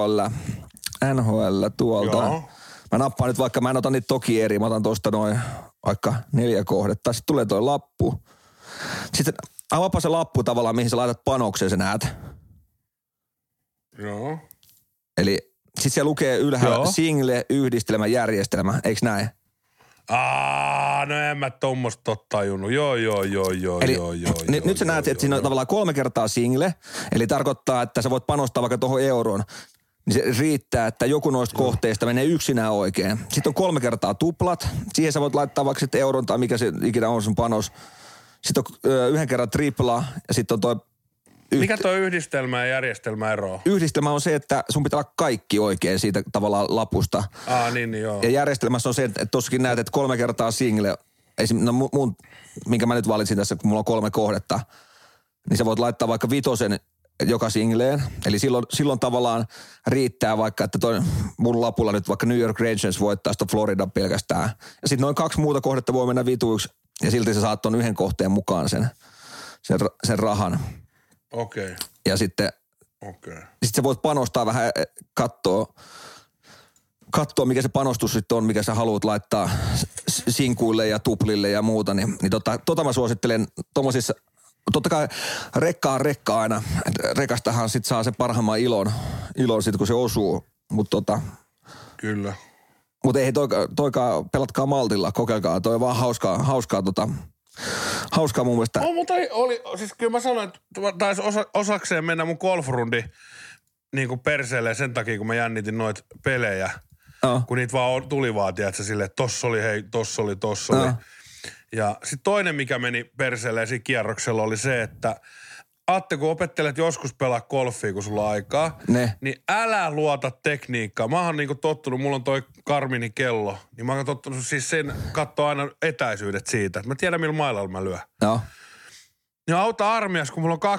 NHL tuolta. Joo. Mä nappaan nyt vaikka, mä en ota niitä toki eri, mä otan tuosta noin vaikka 4 kohdetta. Sitten tulee toi lappu. Sitten avaapa se lappu tavallaan, mihin sä laitat panokseen, sä näet. Joo. Eli sit siellä lukee ylhäällä single yhdistelmä järjestelmä, eiks näin? No en mä tommoista tajunnut. Joo. Nyt sä näet, että siinä on tavallaan 3 kertaa single, eli tarkoittaa, että sä voit panostaa vaikka tuohon euroon. Niin se riittää, että joku noista kohteista menee yksinään oikein. Sitten on 3 kertaa tuplat. Siihen sä voit laittaa vaikka sitten euron tai mikä se ikinä on sun panos. Sitten on 1 kerran tripla ja sitten on toi... Mikä toi yhdistelmä ja järjestelmä ero? Yhdistelmä on se, että sun pitää olla kaikki oikein siitä tavallaan lapusta. Niin joo. Ja järjestelmässä on se, että tossakin näet, että 3 kertaa single. Minkä mä nyt valitsin tässä, kun mulla on 3 kohdetta. Niin sä voit laittaa vaikka 5 joka singleen. Eli silloin tavallaan riittää vaikka, että toi mun lapulla nyt vaikka New York Rangers voittaa sitä Florida pelkästään. Ja sitten noin 2 muuta kohdetta voi mennä vituiksi ja silti sä saat ton 1 kohteen mukaan sen sen rahan. Okei. Ja sitten sä voit panostaa vähän, katsoa mikä se panostus sitten on, mikä sä haluat laittaa sinkuille ja tuplille ja muuta. Niin tota mä suosittelen tommosissa, totta kai rekka on rekka aina. Rekastahan sit saa sen parhaimman ilon sit kun se osuu. Kyllä. Mutta ei toikaan, pelatkaa maltilla, kokeilkaa. Toi on vaan hauskaa mun mielestä. Mutta siis kyllä mä sanoin, että taisi osakseen mennä mun golfrundi niin kuin perseelle sen takia, kun mä jännitin noita pelejä. Kun niitä tuli vaan, tiedätkö, silleen, että tossa oli. Ja sitten toinen, mikä meni perseelle siinä kierroksella oli se, että Atte, kun opettelet joskus pelaa golfia, kun sulla on aikaa, niin älä luota tekniikkaa. Mä oon niinku tottunut, mulla on toi Garminin kello, niin mä oon tottunut siis sen katsoa aina etäisyydet siitä. Mä tiedän, millä mailalla mä lyön. Joo. Niin auta armias, kun mulla on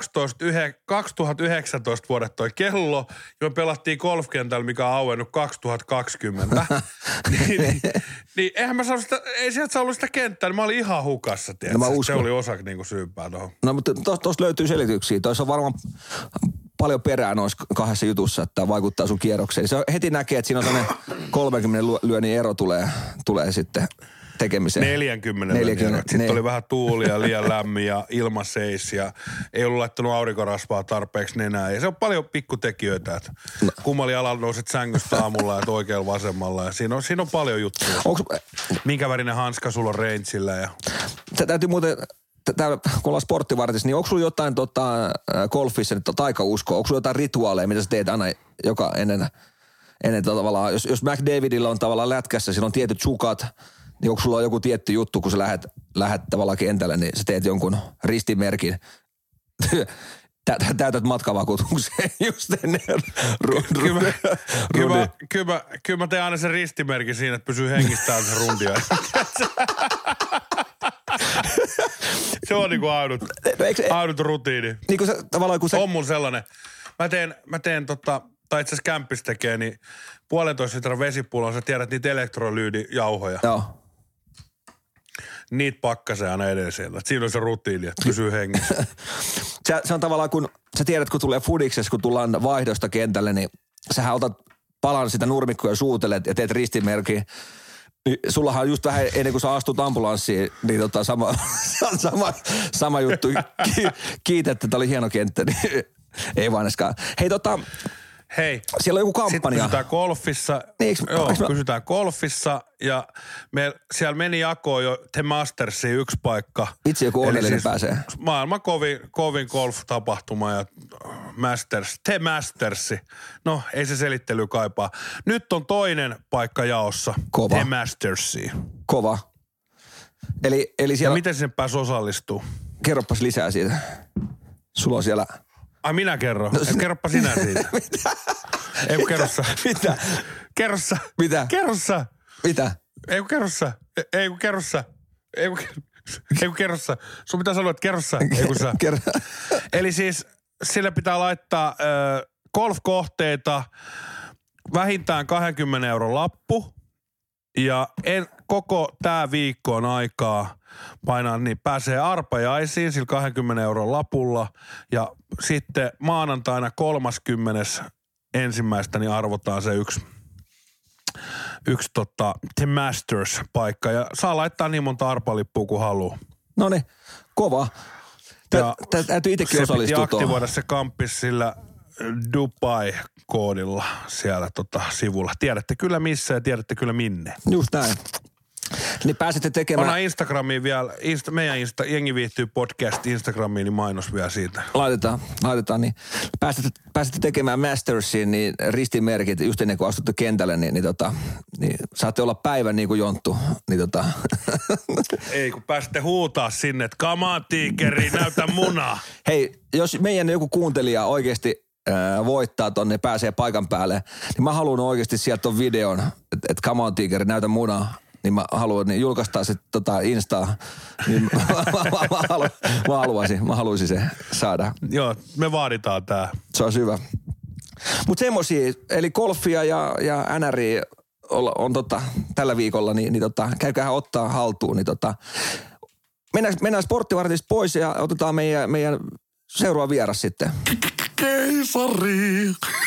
2019 vuodet toi kello, ja me pelattiin golfkentällä, mikä on auennut 2020. niin eihän mä saanut sitä, ei sieltä saa ollut sitä kenttää, niin mä olin ihan hukassa, tiedätkö? Se oli osa niinku syypää tuohon. No mutta tuosta löytyy selityksiä. Tuossa on varmaan paljon perää noissa kahdessa jutussa, että vaikuttaa sun kierrokseen. Se heti näkee, että siinä on sellainen 30 lyönnin ero tulee sitten tekemiseen. 40. Sitten oli vähän tuulia, liian lämmin ja ilma seis ja ei ollut laittanut aurinkorasvaa tarpeeksi nenää. Ja se on paljon pikkutekijöitä, että kummali alalla nouset sängystä aamulla ja oikealla vasemmalla. Ja siinä on paljon juttuja. Minkä värinen hanska sulla on rangeillä ja... Täytyy muuten... kun ollaan sporttivartissa, niin onko sulla jotain golfissa nyt taikauskoa? Onko sulla jotain rituaaleja, mitä sä teet aina joka ennen tavallaan, jos McDavidilla on tavallaan lätkässä, sillä on tietyt sukat, niin onko sulla joku tietty juttu, kun sä lähdet tavallaan kentälle, niin sä teet jonkun ristimerkin, täytät matkavakuutuksen just ennen Kyllä mä teen aina sen ristimerkin siinä, että pysyy hengistään se rundia. Se on niinku ainut rutiini. Niin kuin se, tavallaan kun se... On mun sellainen. Mä teen tai itse asiassa kämppis tekee, niin 1,5 litran vesipulloa, sä tiedät niitä elektrolyydijauhoja. Joo. Niitä pakkasee aina edelleen siellä. Siinä on se rutiini, että pysyy hengissä. se on tavallaan, kun sä tiedät, kun tulee fudiksessa, kun tullaan vaihdosta kentälle, niin sähän otat palan sitä nurmikkoa ja suutelet ja teet ristimerkin. Niin sullahan just vähän ennen kuin sä astut ambulanssiin, niin sama juttu. Kiitettä, että oli hieno kenttä, niin ei vaan eskaan. Hei, siellä on joku kampanja. Sitten pysytään golfissa. Pysytään golfissa ja siellä meni jakoon jo The Mastersiin yksi paikka. Itse joku onnellinen pääsee. Maailman kovin golf-tapahtuma ja The Mastersi. No, ei se selittely kaipaa. Nyt on toinen paikka jaossa. Kova. The Mastersiin. Kova. Eli siellä... Ja miten sen pääsi osallistua? Kerropas lisää siitä. Sulla on siellä... Ai minä kerron. No, kerropa sinä siitä. Mitä? Ei kun kerrossa. Mitä? Kerrossa. Mitä? Kerrossa. Mitä? Ei kun kerrossa. Ei kun kerrossa. Ei kun kerrossa. Sun pitää sanoa, että kerrossa. Ei kun sä. Eli siis sille pitää laittaa golfkohteita vähintään 20 € lappu. Ja koko tää viikko on aikaa painaa, niin pääsee arpajaisiin sillä 20 € lapulla. Ja sitten maanantaina 30.1. niin arvotaan se yksi The Masters-paikka. Ja saa laittaa niin monta arpalippua kuin haluaa. Noniin, kova. Täytyy itsekin osallistua tuohon. Se piti aktivoida se kamppis sillä Dubai-koodilla siellä sivulla. Tiedätte kyllä missä ja tiedätte kyllä minne. Just näin. Niin pääsette tekemään... Onhan Instagramiin vielä, Jengi viihtyy podcast Instagramiin, niin mainos vielä siitä. Laitetaan niin. Pääsette tekemään Mastersiin niin ristimerkit just ennen kuin astutte kentälle, niin saatte olla päivän niin kuin Jonttu. Niin Ei, kun pääsette huutaa sinne, että come on, tiikeri, näytä munaa. Hei, jos meidän joku kuuntelija oikeasti voittaa tonne, pääsee paikan päälle, niin mä haluan oikeasti sieltä ton videon, että come on, tiikeri, näytä munaa. Niin mä haluan, niin julkaistaan se Instaa, niin mä haluaisin se saada. Joo, me vaaditaan tää. Se on hyvä. Mut semmosia, eli golfia ja NRI on tällä viikolla, niin käykäähän ottaa haltuun, niin Mennään sporttivartista pois ja otetaan meidän seuraava vieras sitten. Keisari.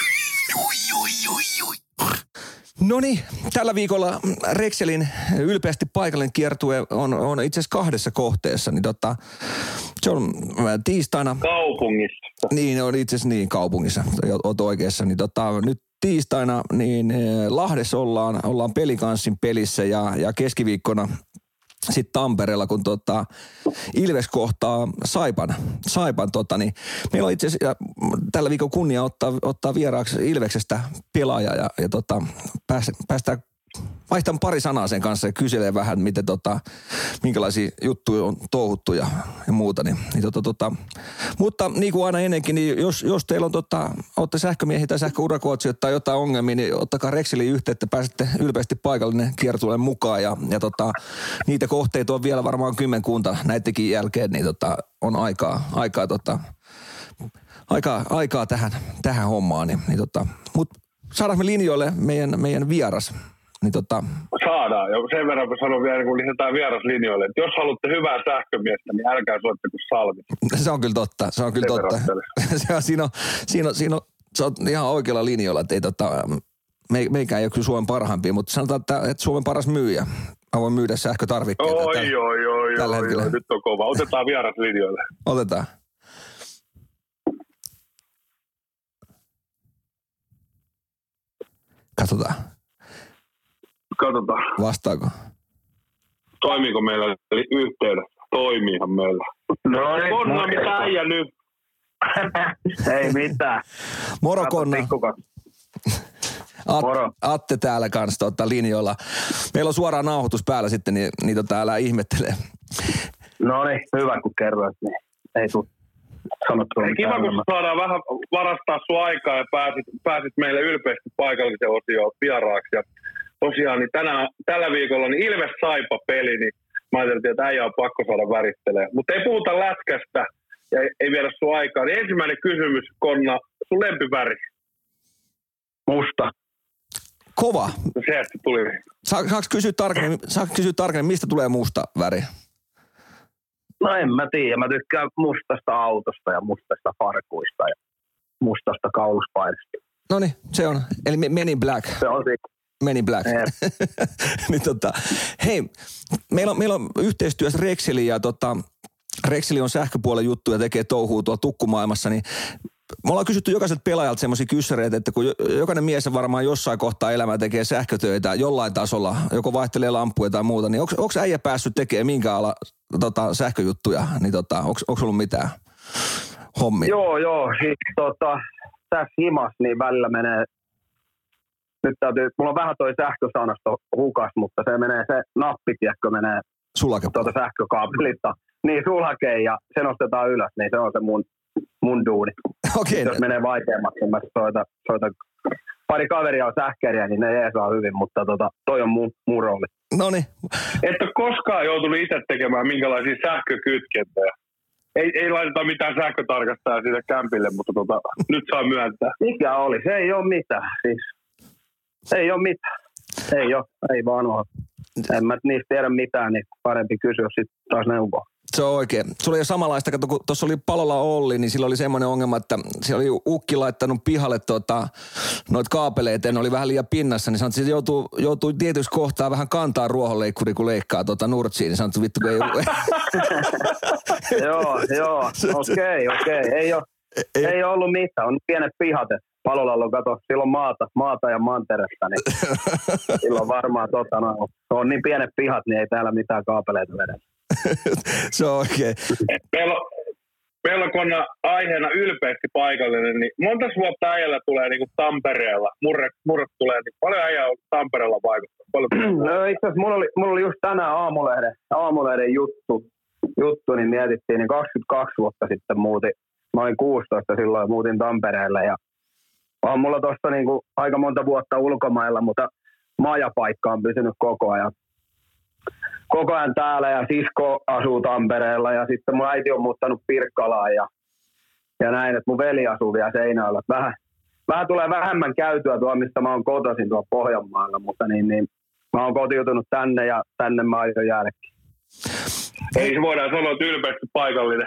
Noniin, tällä viikolla Rexelin ylpeästi paikallinen kiertue on itse asiassa 2 kohteessa. Niin se on tiistaina. Kaupungissa. Niin, on itse asiassa niin kaupungissa, oot oikeassa. Niin nyt tiistaina niin Lahdessa ollaan Pelikanssin pelissä ja keskiviikkona sitten Tampereella, kun Ilves kohtaa Saipan niin meillä on itse asiassa tällä viikolla kunnia ottaa vieraaksi Ilveksestä pelaaja ja päästään vaihtamaan pari sanaa sen kanssa ja kyselee vähän, miten minkälaisia juttuja on touhuttu ja muuta. Mutta niin kuin aina ennenkin, niin jos teillä on olette sähkömiehiä tai sähköurakoitsijoita tai jotain ongelmia, niin ottakaa Rexeliin yhteyttä, pääsette ylpeästi paikallinen kiertueelle mukaan ja niitä kohteita on vielä varmaan 10 näidenkin jälkeen, niin on aikaa tähän hommaan. Mutta saadaanko me linjoille meidän vieras? Niin Saadaan. Ja sen verran sanon vielä, kun lisätään vieraslinjoille, että jos haluatte hyvää sähkömiestä, niin älkää soittako Salmi. Se on kyllä totta. Siinä on sä oot ihan oikealla linjalla, että ei meikään ei ole kyllä Suomen parhaimpia, mutta sanotaan, että Suomen paras myyjä. Mä voin myydä sähkötarvikkeita. Tällä hetkellä. Nyt on kova. Otetaan vieraslinjoille. Otetaan. Katsotaan. Vastaako? Toimiiko meillä yhteydessä? Toimiihan meillä. No niin. Konna, mitä äijä nyt? Ei mitään. Moro Konna. Moro. Atte täällä kanssa linjoilla. Meillä on suoraan nauhoitus päällä sitten, niin älä ihmettele. No niin, hyvä kun kerroit, niin ei tule sanottua. Kiva, kun saadaan vähän varastaa sun aikaa ja pääsit meille ylpeästi paikallisen osioon vieraaksi. Ja tosiaan niin tällä viikolla niin Ilves Saipa-peli, niin mä ajattelin, että äijä on pakko saada värittelee. Mutta ei puhuta lätkästä ja ei viedä sun aikaa. Niin ensimmäinen kysymys, Konna, sun lempiväri? Musta. Kova. Se tuli. Saanko kysyä tarkemmin, mistä tulee musta väri? No en mä tiedä. Mä tykkään mustasta autosta ja mustasta farkuista ja mustasta kauluspaidasta. Noniin, se on. Eli Men in Black. Se on siinä. Men in Black. Niin hei, meillä on yhteistyössä Rexeli ja Rexeli on sähköpuolen juttuja, tekee touhua tuolla tukkumaailmassa, niin me ollaan kysytty jokaiselta pelaajalta semmoisia kyssäreitä, että kun jokainen mies varmaan jossain kohtaa elämää tekee sähkötöitä jollain tasolla, joko vaihtelee lampuja tai muuta, niin onko äijä päässyt tekemään minkä ala sähköjuttuja, niin onko ollut mitään hommia? Joo, siis tässä himassa niin välillä menee, nyt mulla on vähän toi sähkösanasto hukas, mutta se menee, se nappitiekko menee sähkökaapelista, niin sulhakeen ja se nostetaan ylös, niin se on se mun duuni. Okay. Jos menee vaikeammaksi, niin mä soitan pari kaveria on sähkäriä, niin ne ei saa hyvin, mutta toi on mun rooli. Noniin. Et ole koskaan joutunut itse tekemään minkälaisia sähkökytkentöjä. Ei laiteta mitään sähkötarkastajaa siitä kämpille, mutta nyt saa myöntää. Mikä oli? Se ei ole mitään. Siis, ei ole mitään. Ei vaan ole. En mä niistä tiedä mitään, niin parempi kysyä sitten taas neuvoa. Se on oikein. Sulla ei ole samanlaista, kun tuossa oli Palola Olli, niin sillä oli semmoinen ongelma, että siellä oli ukki laittanut pihalle noita kaapeleita, ja ne oli vähän liian pinnassa, niin sanottiin, että joutuu tietysti kohtaa vähän kantaa ruohonleikkuri, kun leikkaa nurtsiin, niin sanottiin, vittu, ei Joo, okei. Ei ollut mitään, on pienet pihat, Palolalla on, kato, silloin maata ja manteretta, niin silloin varmaan on niin pienet pihat, niin ei täällä mitään kaapeleita vedä. Se on oikein. Meillä on aiheena ylpeästi paikallinen, niin monta vuotta äijällä tulee niin kuin Tampereella, murret tulee, niin paljon äijä on Tampereella vaikuttaa? No itse asiassa mulla oli just tänään aamulehden juttu, niin mietittiin, niin 22 vuotta sitten noin 16 silloin muutin Tampereelle ja on mulla tuossa niin kuin aika monta vuotta ulkomailla, mutta majapaikka on pysynyt koko ajan täällä ja sisko asuu Tampereella ja sitten mun äiti on muuttanut Pirkkalaan ja näin, että mun veli asuu vielä Seinäjoella. Vähän tulee vähemmän käytyä tuolla, mistä mä oon kotoisin tuolla Pohjanmaalla, mutta niin mä oon kotiutunut tänne ja tänne mä aion jäädäkin. Ei voidaan sanoa, että ylpeästi paikallinen.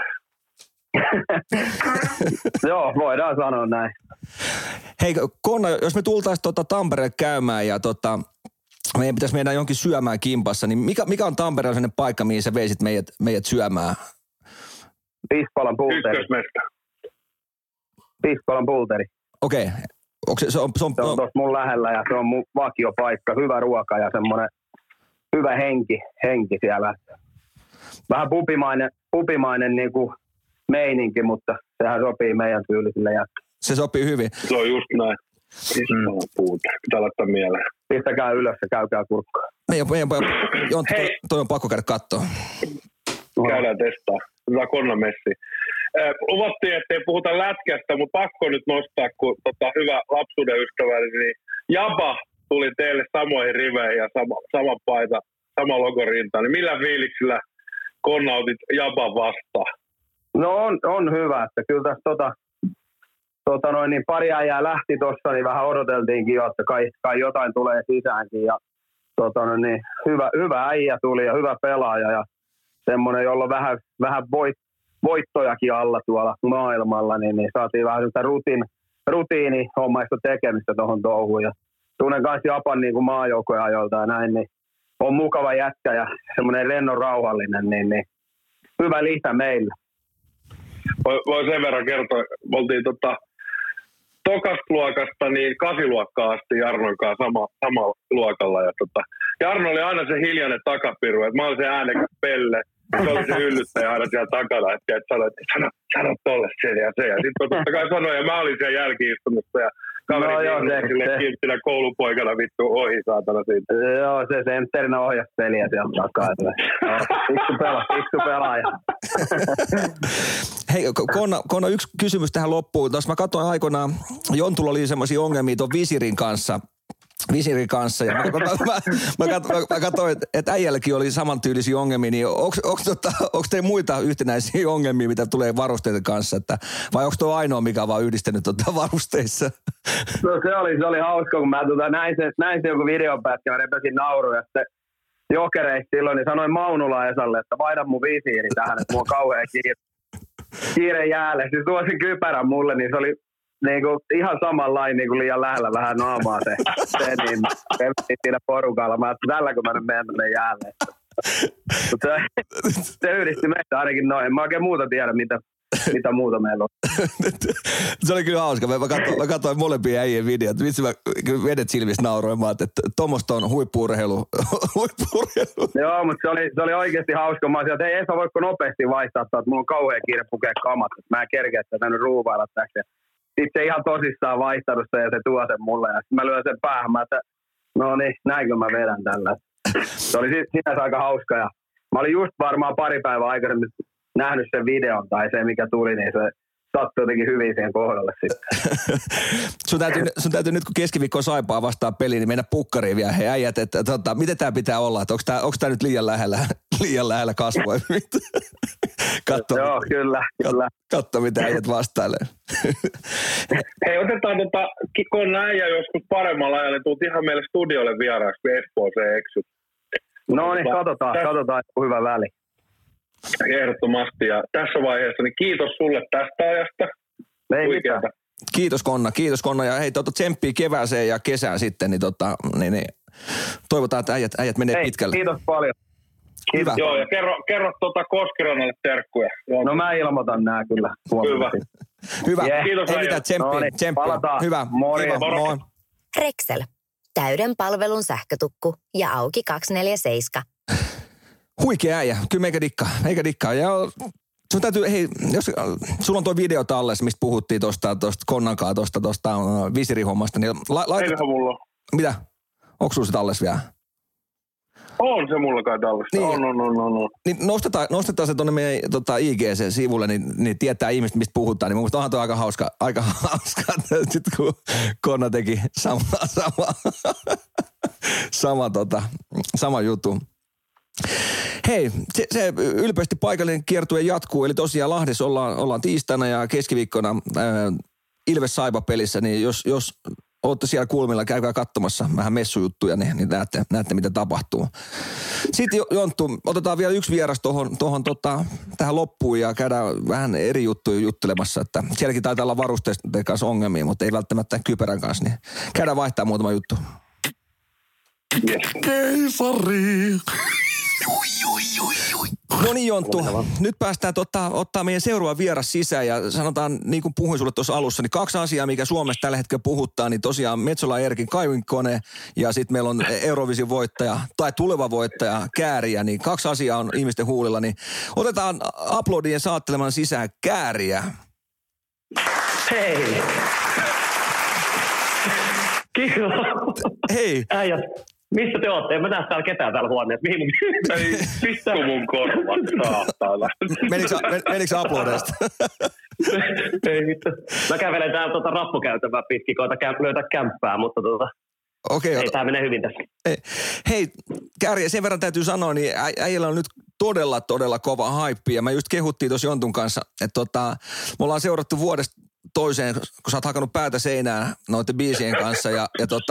Joo, voidaan sanoa näin. Hei Konna, jos me tultaisiin Tampereelle käymään ja meidän pitäisi mennä jonkin syömään kimpassa, niin mikä on Tampereella sellainen paikka, mihin sä veisit meidät syömään? Pispalan pulteri. Ykkösmesta. Pispalan pulteri. Okei. Se on tuossa mun lähellä ja se on mun vakiopaikka. Hyvä ruoka ja semmoinen hyvä henki siellä. Vähän pupimainen niin kuin meininki, mutta sehän sopii meidän tyylisille. Ja se sopii hyvin. Se on just näin. Pitää laittaa mieleen. Pistäkää ylös ja käykää kurkkaan. Toi on pakko käydä katsoa. Käydään testaa. Hyvä Konna-messi. Luvattiin, ettei puhuta lätkästä, mutta pakko nyt nostaa, kun hyvä lapsuuden ystäväni, niin Jaba tuli teille samoihin riveihin ja sama paita, sama logo rintaan. Niin millä fiiliksillä Konna otit Jaban vastaan? No on hyvä, että kyllä tässä niin pari äijää lähti tuossa, niin vähän odoteltiinkin jo, että kai jotain tulee sisäänkin. Ja niin hyvä äijä tuli ja hyvä pelaaja ja semmoinen, jolla on vähän voittojakin alla tuolla maailmalla, niin saatiin vähän sitä rutiinihommaista tekemistä tuohon touhuun. Ja tunnen kanssa Japan niin maajoukkojen ajoilta ja näin, niin on mukava jätkä ja semmoinen lennon rauhallinen, niin hyvä lisä meillä. Voi sen verran kertoa, me oltiin tokasta luokasta niin 8 luokkaa asti Jarnon kanssa sama luokalla. Ja Jarno oli aina se hiljainen takapiru, että mä olin se äänekäs pelle. Se oli se hyllyttäjä aina siellä takana, että sanoi, että sano tolle sen ja se. Ja sitten totta kai sanoi, ja mä olin siellä jälki-istunnossa ja kaveri silleen kilttinä koulupoikana vittu ohi saatana siitä. Joo, se sentterinä ohjasi peliä sieltä takaa. Fiksu pelaaja. Hei, Konna, yksi kysymys tähän loppuun. Tuossa mä katsoin aikoinaan, Jontulla oli semmoisia ongelmia tuon visirin kanssa ja mä katsoin, että äijälläkin oli samantyylisiä ongelmia, niin onko teillä muita yhtenäisiä ongelmia, mitä tulee varusteiden kanssa, vai onko tuo ainoa, mikä on vaan yhdistänyt varusteissa? No se oli hauska, kun mä näin se joku videopätkä, mä repäsin nauruja, että Jokereista silloin, niin sanoin Maunula Esalle, että vaihda mun visiiri tähän, että mulla on kauhean kiire jäälle. Siis tuo sen kypärän mulle, niin se oli niinku ihan samanlainen niinku liian lähellä vähän naamaa se niin pelktiin siinä porukalla. Mä ajattelin, tälläkö mä nyt menen tänne jäälle. Mutta se yhdisti meitä ainakin noin. En mä oikein muuta tiedä, mitä muuta meillä on. Se oli kyllä hauska. Mä katsoin molempia äijien videot. Vitsi mä vedet silmistä nauroin. Mä ajattelin, että tommoista on huippu-urheilu. Joo, mutta se oli oikeasti hauska. Mä olisin, että ei Esa voiko nopeasti vaihtaa, että mulla on kauhean kiire pukea kamat. Mä en kerkeä sitä nyt ruuvailla täksi. Sitten se ihan tosissaan vaihtanut sen ja se tuo sen mulle. Ja sitten mä lyön sen päähän. Mä että no niin, näinkö mä vedän tällä. Se oli sinänsä aika hauska. Ja mä olin just varmaan pari päivää aikaisemmin nähnyt sen videon tai se, mikä tuli, niin se sattui jotenkin hyvin siihen kohdalle sitten. sun täytyy nyt, kun keskiviikko Saipaa vastaan peliin, niin mennä pukkariin vielä. Hei äijät, että miten tää pitää olla? Että onko tää nyt liian lähellä kasvua? Joo, kyllä. Katso, mitä äijät vastailee. Hei, otetaan Konna äijä joskus paremmalla ajalla, niin tuut ihan meille studiolle vieraaksi, kun Espooseen eksyt. No niin, katsotaan, että hyvä väli. Ehdottomasti. Ja tässä vaiheessa niin kiitos sulle tästä ajasta. Ei mitään. Kiitos Konna. Ja hei, tsemppiä kevääseen ja kesään sitten, niin toivotaan, että äijät menee pitkälle. Kiitos paljon. Hyvä. Joo, ja kerro Koskirannalle terkkuja. No mä ilmoitan nää kyllä. Hyvä. Yeah. Kiitos ei mitään, tsemppiä. Palataan. Hyvä. Morjens. Moi. Rexel. Täyden palvelun sähkötukku ja auki 24/7. Huikea äijä. Kyllä meikä dikkaa. Ja sun täytyy, hei, jos sulla on tuo video tallessa, mistä puhuttiin tuosta Konnankaan, tuosta visirihommasta, niin Eiköhän mulla. Mitä? Onko sulla se tallessa vielä? On se mulla kai tallessa. Niin. On. Niin nostetaan se tuonne meidän IGC-sivulle, niin tietää ihmiset, mistä puhutaan. Niin mun mielestä onhan tuo aika hauska, että sitten kun Konna teki sama juttu. Hei, se ylpeästi paikallinen kiertue jatkuu, eli tosiaan Lahdessa ollaan tiistaina ja keskiviikkona Ilves Saipa pelissä, niin jos ootte siellä kulmilla, käykää katsomassa vähän messujuttuja, niin näette mitä tapahtuu. Sitten Jonttu, otetaan vielä yksi vieras tähän loppuun ja käydään vähän eri juttuja juttelemassa, että sielläkin taitaa olla varusteiden kanssa ongelmia, mutta ei välttämättä kypärän kanssa, niin käydään vaihtaa muutama juttu. Keisari. No niin Jonttu, nyt päästään ottaa meidän seuraava vieras sisään ja sanotaan, niin kuin puhuin sulle tuossa alussa, niin 2 asiaa, mikä Suomessa tällä hetkellä puhuttaa, niin tosiaan Metsola Erkin kaivinkone ja sitten meillä on Eurovisin voittaja tai tuleva voittaja Kääriä, niin 2 asiaa on ihmisten huulilla, niin otetaan aplodien saattelemaan sisään Kääriä. Hei! Kiva! Hei! Äijät, missä te ootte? En mä näe täällä ketään täällä huoneessa. Mihin Ei vittu mun korvat saatana. Menikö aplodeista? Ei vittu. Mä kävelen täällä rappukäytävää pitkin, koitan löytää kämppää, mutta ei tää mene hyvin tässä. Hei, Kääriä, sen verran täytyy sanoa, niin äijällä on nyt todella kova haippi. Ja mä just kehuttiin tuossa Jontun kanssa, että me ollaan seurattu vuodesta toiseen, kun sä oot hakannut päätä seinään noiden biisien kanssa. Ja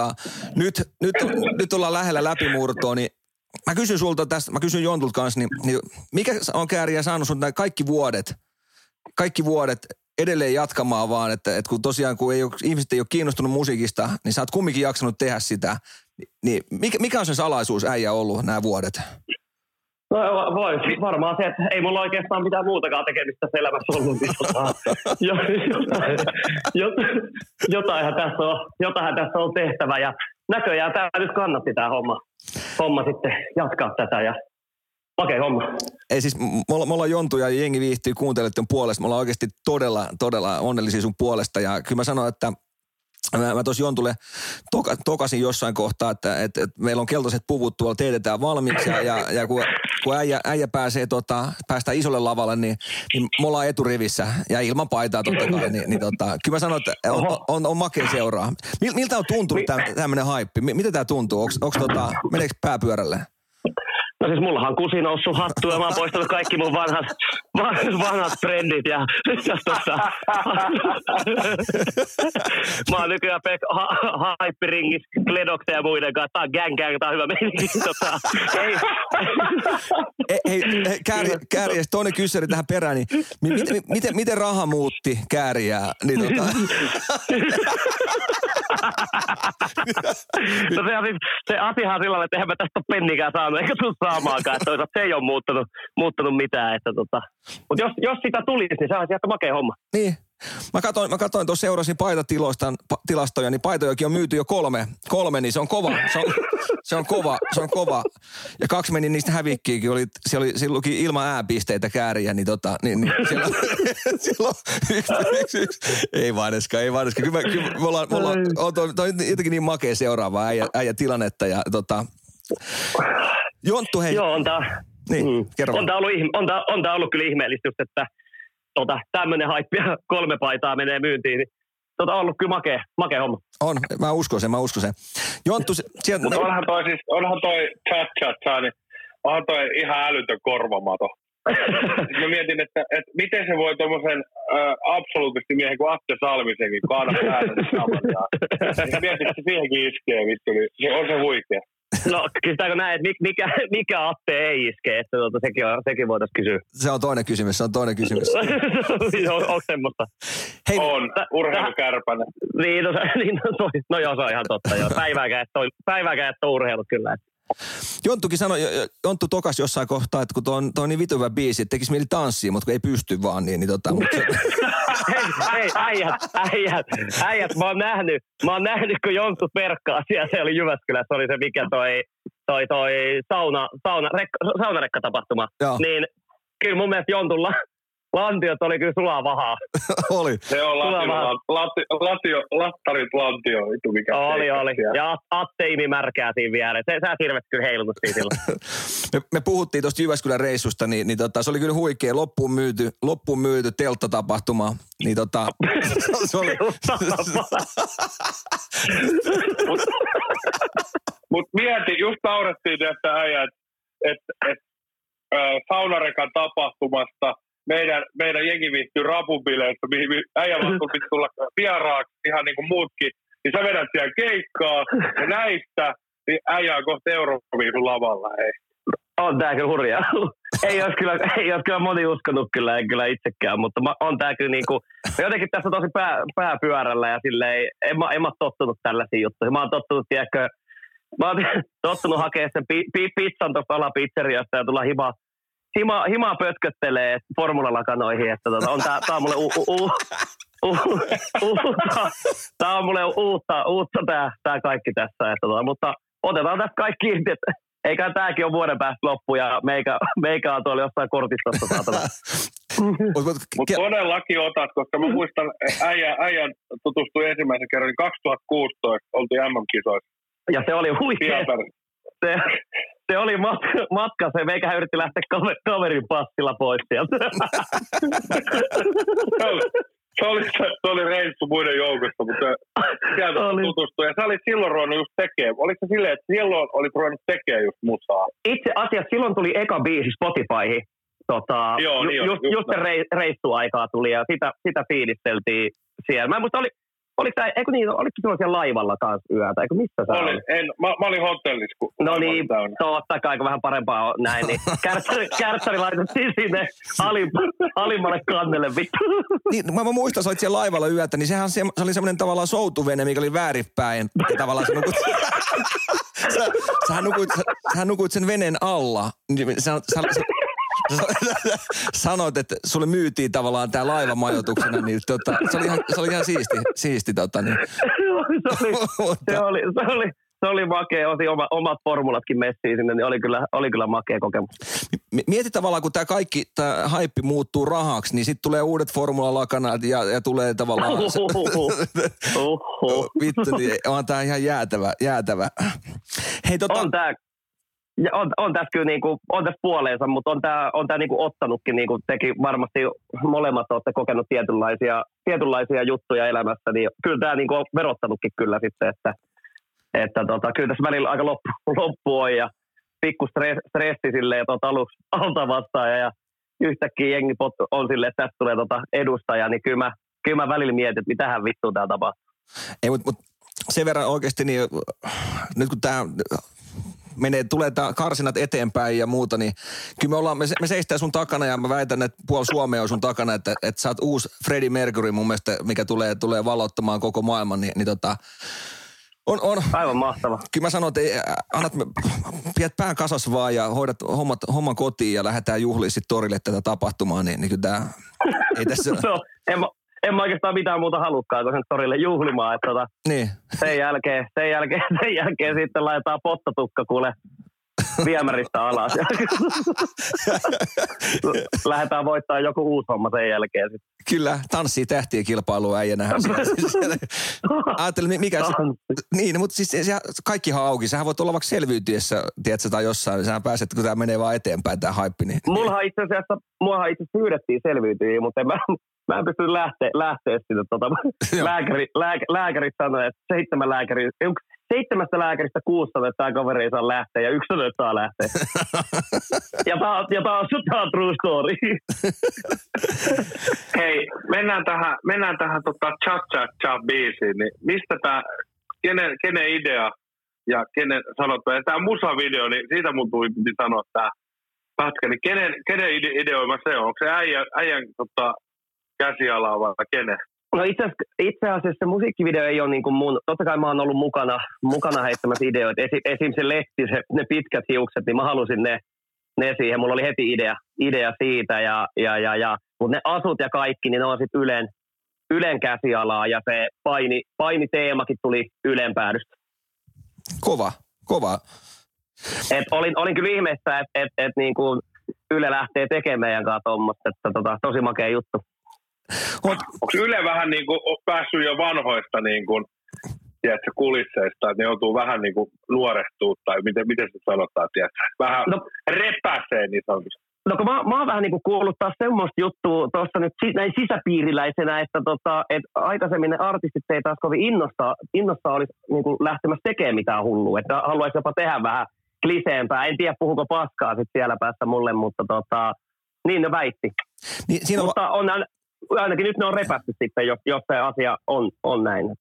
nyt ollaan lähellä läpimurtoa, niin mä kysyn sulta tästä, mä kysyn Jontulta kanssa, niin mikä on Kääriä saanut sun kaikki vuodet edelleen jatkamaan vaan, että kun tosiaan ihmiset ei ole kiinnostunut musiikista, niin sä oot kumminkin jaksanut tehdä sitä. Niin mikä on sen salaisuus äijä ollut nämä vuodet? No varmaan se, että ei mulla oikeastaan mitään muutakaan tekemistä tässä elämässä ollut. Jotain tässä on tehtävä ja näköjään tämä nyt kannatti tämä homma sitten jatkaa tätä ja makea homma. Ei siis, me ollaan Jontu ja jengi viihtyy kuuntelijoiden puolesta. Me ollaan oikeasti todella onnellisia sun puolesta ja kyllä mä sanon, että mä tuossa Jontulle tokasin jossain kohtaa, että meillä on keltaiset puvut tuolla teetetään valmiiksi ja kun äijä päästään isolle lavalle, niin me ollaan eturivissä ja ilman paitaa totta kai. Niin kyllä mä sanon, että on makea seuraa. Miltä on tuntunut tämmöinen haippi? Miten tää tuntuu? Meneekö pääpyörälle? No siis mullahan on kusi noussut hattu ja mä oon poistanut kaikki mun vanhat trendit ja mä oon nykyään haippiringissä Kledoksen ja muiden kanssa. Tää on gang, tää on hyvä meininki. Hei, Kääriä, toinen kyssäri tähän perään, niin miten raha muutti Kääriää? Niin No se asiahan sillä tavalla, että eihän mä tästä ole pennikään saanut, eikä tuu saamaankaan, että toisaalta se ei ole muuttunut mitään. Mutta jos sitä tulisi, niin se olisi aika makea homma. Niin. Mä katoin tuossa seurasin paitatilastoja, niin paitojakin on myyty jo kolme, niin se on kova. Se on kova. Ja 2 meni niistä hävikkiinkin, siellä luki ilman ääpisteitä Kääriä, niin siellä on yksi. Ei vaineskaan. Kyllä me ollaan toi jotenkin niin makea seuraavaa äijä tilannetta ja Jonttu, hei. Joo, on tää. Niin, kerro. On tää ollut kyllä ihmeellistä just, että tämmönen haippi ja 3 paitaa menee myyntiin, niin on ollut kyllä makea homma. On, mä uskon sen. Jonttu, sieltä... Mutta onhan toi cha-cha-cha, niin onhan toi ihan älytön korvamato. Mä mietin, että miten se voi tommosen absoluuttisesti miehen kuin Atte Salmisenkin kaada päälle saman. Mietin, että siihenkin iskee, vittu, niin on se huikea. No, kysytäänkö näin, että mikä Atte ei iske, että sekin voitaisiin kysyä. Se on toinen kysymys. Onko semmoista? Hei, on, urheilukärpänen. No joo, se on ihan totta. Joo. Päivääkään et ole urheilut kyllä. Jonttukin sanoi, Jonttu tokas jossain kohtaa, että kun toi on niin vitun hyvä biisi, että tekisi mieli tanssia, mutta kun ei pysty vaan, Hei, äijät, mä oon nähnyt, kun Jonttu perkkaa siellä, se oli Jyväskylässä, se oli se mikä toi saunarekkatapahtuma. Niin kyllä mun mielestä Jontulla lantiot oli kyllä sulaa vahaa. Oli. Se on lattarit lantio, mikä oli. Ja Atte märkää siinä vieressä. Sä hirveät kyllä heilunut siinä silloin. me puhuttiin tuosta Jyväskylän reissusta, niin se oli kyllä huikea. Loppuun myyty telttatapahtuma. Niin se oli... Mut mieti, just naurettiin tästä äijät, että saunarekan tapahtumasta meidän jengi viihtyy rapubileissä, mihin äijä vaan piti tulla vieraaksi ihan niin kuin muutkin niin sä vedät siellä keikkaa, ja näistä, niin äijää kohta Euroviisun lavalla, hei. On tää kyllä hurjaa. Ei olisi kyllä moni uskonut kyllä, en kyllä itsekään, mutta on tää kyllä niinku, jotenkin tässä tosi pääpyörällä ja silleen, en mä ole tottunut tällaisiin juttuihin. Mä oon tottunut hakemaan sen pizzan tuosta alapizzeriasta ja tulla himaa pötköttelee formulallakanoihin, että on tää on mulle tää on mulle uutta tää kaikki tässä, että mutta otetaan tästä kaikki irti, että eikä tääkin ole vuoden päästä loppu ja meikä on tuolla jossain kortistossa saatana. Mutta todellakin otat, koska mä muistan, äijän tutustui ensimmäisen kerran, niin 2016 oltiin MM-kisoissa. Ja se oli huikea. Se oli matka, se meikähän yritti lähteä kaverin passilla pois sieltä. Se oli reissu muiden joukosta, mutta sieltä tutustui. Ja sä olit silloin ruvennut just tekemään. Oliko se silleen, että silloin olit ruvennut tekemään just musaa? Itse asiassa silloin tuli eka biisi Spotifyhin. Just se reissuaikaa tuli ja sitä fiilisteltiin siellä. Mä en muista, oliko silloin siellä laivalla kanssa yötä? Eikö missä sä olit? Mä olin hotellissa. No niin, totta kai, kun vähän parempaa on näin, niin kärtsäri laitettiin sinne alimmalle kannelle, vittu. Niin, mä muistan, sä olit siellä laivalla yötä, niin se oli semmoinen tavallaan soutuvene, mikä oli väärinpäin. Ja tavallaan sä nukuit sen veneen alla. Sanoit, että sulle myytiin tavallaan tää laivamajoituksena, niin se oli ihan siisti niin. Se oli makea, osin omat formulatkin messiin sinne, niin oli kyllä makea kokemus. Mieti tavallaan, kun tää kaikki, tää haippi muuttuu rahaksi, niin sit tulee uudet formulalakanat ja tulee tavallaan... Vittu, niin on tää ihan jäätävä. Hei, On tässä kyllä niinku, on tässä puoleensa, mutta on tää niinku ottanutkin, niinku teki varmasti molemmat olette kokenut tietynlaisia juttuja elämässä, niin kyllä tää niinku on verottanutkin kyllä sitten, että kyllä tässä välillä aika loppu on ja pikku stressi silleen aluksi alta vastaan ja yhtäkkiä jengi on silleen, että tästä tulee edustaja, niin kyllä mä välillä mietin, että mitähän vittua tää tapahtuu. Ei, mutta sen verran oikeasti, niin nyt kun tää... tulee karsinat eteenpäin ja muuta, niin kyllä me seistään sun takana ja mä väitän, että puoli Suomea on sun takana, että sä oot uusi Freddie Mercury mun mielestä, mikä tulee valottamaan koko maailman, niin on. Aivan mahtava. Kyllä mä sanon, että pidät pään kasas vaan ja hoidat homman kotiin ja lähdetään juhliin sit torille tätä tapahtumaa, niin kyllä tää ei tässä... En mä oikeastaan mitään muuta halukkaan, kun sen torille juhlimaan. Että niin. Sen jälkeen sitten laitetaan pottatukka kuule viemäristä alas. Lähdetään voittaa joku uusi homma sen jälkeen. Kyllä, tanssii tähtien kilpailu äijä nähdään. Ajattelin, mikä se... Niin, mutta siis kaikkihan auki. Sähän voit olla vaikka selviytyessä, tiedätkö, tai jossain. Sähän pääset, kun tämä menee vaan eteenpäin, tämä haippi. Niin. Muahan itse asiassa pyydettiin selviytyjiä, mutta mä en pysty lähteä sinne. Lääkärit sanoi, että 7 lääkäristä 6 sanoi, että tämä kaveri ei saa lähteä ja 1 sanoi, että saa lähteä. ja tää on true story. Hei, mennään tähän cha-cha-cha-biisiin. Niin mistä tämä, kenen idea ja kenen sanottu, ja tämä musavideo, niin siitä mun tuli sanoa tämä pätkä, niin kenen ideoima se on? Onko se äijän käsialaa vai kenen? No itse asiassa se musiikkivideo ei ole niin kuin mun, totta kai mä oon ollut mukana heittämässä ideoita. Esim. Se lehti, ne pitkät hiukset, niin mä halusin ne siihen. Mulla oli heti idea siitä, mutta ne asut ja kaikki, niin ne on sitten Ylen käsialaa ja se painiteemakin tuli Ylen päädystä. Kova. Olin kyllä ihmeessä, että niin kuin Yle lähtee tekemään meidän kanssa tuommoista, että tosi makea juttu. Onko Yle vähän niin kuin päässyt jo vanhoista niin kuin, tiedätkö, kulisseista, että ne joutuu vähän niin kuin nuorestuu, tai miten se sanotaan, tiedätkö? Vähän repäsee niin sanotusti. No kun mä oon vähän niin kuin kuullut taas semmoista juttua tuossa nyt näin sisäpiiriläisenä, että aikaisemmin ne artistit ei taas kovin innosta olisi niin kuin lähtemässä tekemään mitään hullua, että haluaisi jopa tehdä vähän kliseempää. En tiedä, puhuko paskaa sitten siellä päässä mulle, mutta niin ne väitti. Niin, mutta ainakin nyt ne on repästy sitten, jos se asia on näin. Että.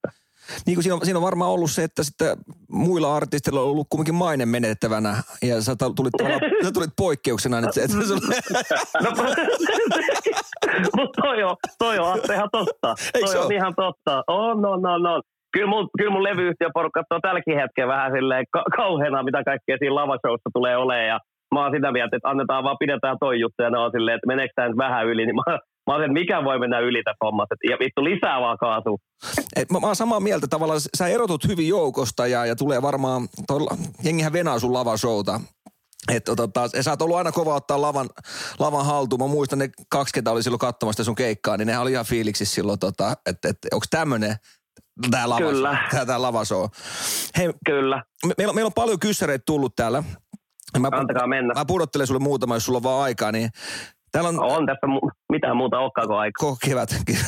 Niin kuin siinä on varmaan ollut se, että sitten muilla artisteilla on ollut kuitenkin maine menettävänä ja sä tulit poikkeuksena. Että No, mutta toi on ihan totta. Toi on ihan totta. On. Kyllä mun levyyhtiöporukka on tälläkin hetkellä vähän silleen kauheena, mitä kaikkea siinä lavashowssa tulee olemaan. Ja mä oon sitä mieltä, että annetaan vaan, pidetään toi juttu ja ne on silleen, että meneekö tää nyt vähän yli. Niin mä oon että mikä voi mennä yli tässä hommassa. Ja vittu lisää vaan kaasua. Mä oon samaa mieltä tavallaan, sä erotut hyvin joukosta ja tulee varmaan, jengihän venaa sun lavashowta. Että sä oot ollut aina kova ottaa lavan haltuun. Mä muistan ne 2, ketä oli silloin katsomassa sun keikkaa, niin nehän oli ihan fiiliksissä silloin, että onko tämmönen tää lavashow. Hei, kyllä. Meillä on paljon kyssäreitä tullut täällä. Antakaa mennä. Mä pudottelen sulle muutama, jos sulla on vaan aikaa, niin täällä on tässä mitään muuta okkaako aikaa. Kevät.